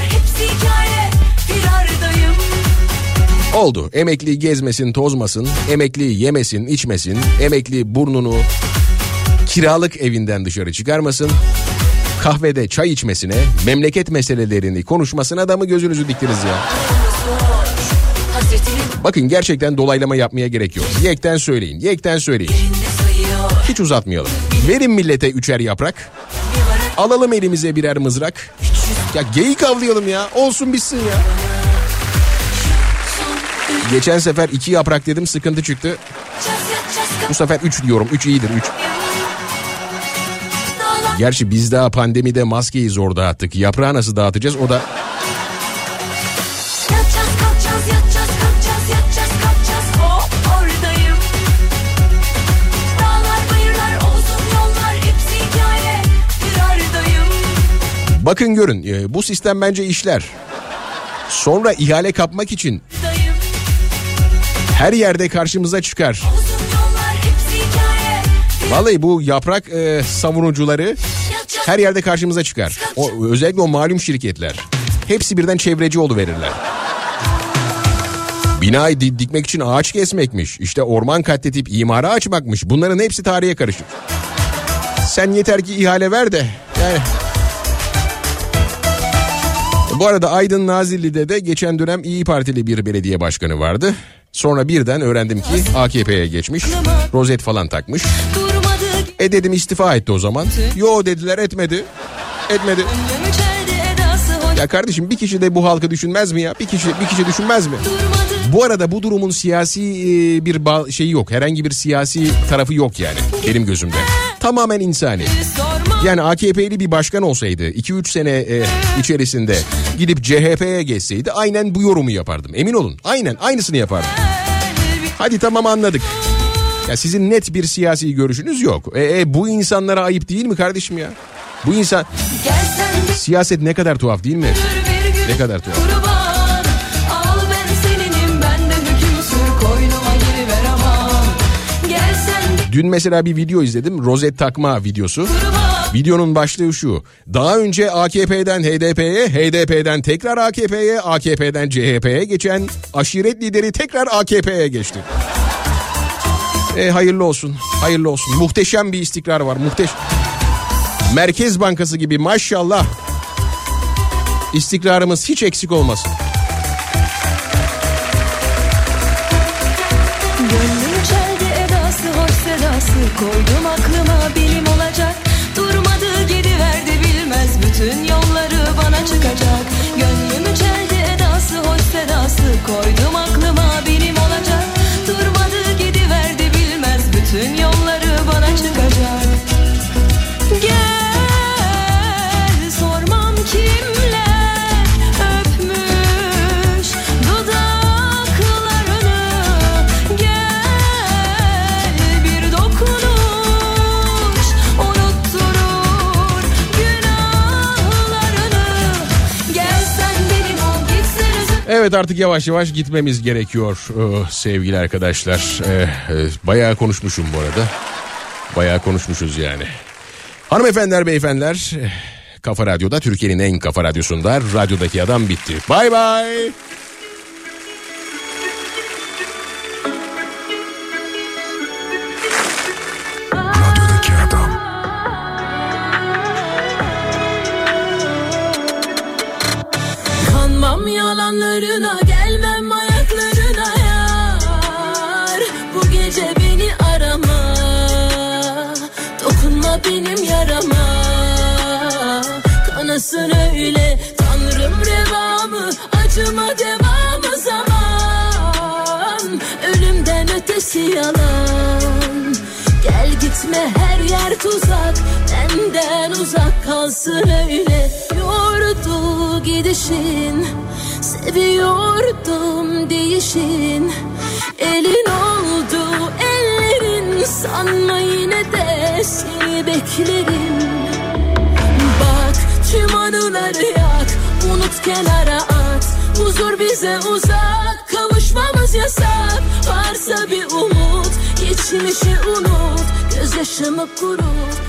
Oldu. Emekli gezmesin, tozmasın. Emekli yemesin, içmesin. Emekli burnunu kiralık evinden dışarı çıkarmasın. Kahvede çay içmesine, memleket meselelerini konuşmasına da mı gözünüzü diktiniz ya? Bakın gerçekten dolaylama yapmaya gerek yok. Yekten söyleyin, yekten söyleyin. Hiç uzatmayalım. Verin millete 3'er yaprak. Alalım elimize birer mızrak. Ya geyik avlayalım ya. Olsun bitsin ya. Geçen sefer 2 yaprak dedim, sıkıntı çıktı. Bu sefer 3 diyorum. 3 iyidir, 3. Gerçi biz daha pandemide maskeyi zor dağıttık. Yaprağı nasıl dağıtacağız o da... Bakın görün bu sistem bence işler. Sonra ihale kapmak için her yerde karşımıza çıkar. Vallahi bu yaprak savunucuları her yerde karşımıza çıkar. Özellikle o malum şirketler. Hepsi birden çevreci oluverirler. Binayı dikmek için ağaç kesmekmiş. İşte orman katletip imara açmakmış. Bunların hepsi tarihe karışır. Sen yeter ki ihale ver de yani... Bu arada Aydın Nazilli'de de geçen dönem İyi Partili bir belediye başkanı vardı. Sonra birden öğrendim ki AKP'ye geçmiş. Rozet falan takmış. Dedim istifa etti o zaman. Yo dediler, etmedi. Etmedi. Ya kardeşim bir kişi de bu halkı düşünmez mi ya? Bir kişi düşünmez mi? Bu arada bu durumun siyasi bir şeyi yok. Herhangi bir siyasi tarafı yok yani benim gözümde. Tamamen insani. Yani AKP'li bir başkan olsaydı 2-3 sene içerisinde gidip CHP'ye geçseydi aynen bu yorumu yapardım. Emin olun, aynen aynısını yapardım. Hadi tamam, anladık. Ya sizin net bir siyasi görüşünüz yok. Bu insanlara ayıp değil mi kardeşim ya? Bu insan... Siyaset ne kadar tuhaf değil mi? Ne kadar tuhaf. Dün mesela bir video izledim. Rozet takma videosu. Videonun başlığı şu: daha önce AKP'den HDP'ye, HDP'den tekrar AKP'ye, AKP'den CHP'ye geçen aşiret lideri tekrar AKP'ye geçti. Hayırlı olsun, hayırlı olsun. Muhteşem bir istikrar var, Merkez Bankası gibi maşallah. İstikrarımız hiç eksik olmasın. Gönlüm çelde edası, hoş sedası, koydum aklıma bilim olacak. Durmadı gidiverdi bilmez, bütün yolları bana çıkacak. Gönlümü çelde edası, hoş sedası, koydum aklıma bilim olacak. Durmadı gidiverdi bilmez, bütün yolları bana çıkacak. Gel sormam kimler öpmüş dudaklarını, gel bir dokunuş unutturur günahlarını. Gel sen benim ol, gitsen üzüm. Evet, artık yavaş yavaş gitmemiz gerekiyor sevgili arkadaşlar. Bayağı konuşmuşum bu arada. Bayağı konuşmuşuz yani. Hanımefendiler, beyefendiler, Kafa Radyo'da, Türkiye'nin en kafa radyosunda Radyodaki Adam bitti. Bay bay. Radyodaki Adam. Kanmam yalanlarına, gelmem ayaklarına yar. Bu gece beni arama, dokunma benim yarama. Kanasın öyle Tanrım revamı, acıma devamı zaman. Ölümden ötesi yalan. Gel gitme, her yer tuzak, benden uzak kalsın öyle. Yordu gidişin, seviyordum değişin. Elin oldu ellerin, sanma yine de seni beklerim. Bak tüm anıları yak, unut kenara at. Huzur bize uzak, kavuşmamız yasak. Varsa bir umut, geçmişi unut, gözyaşımı kurut.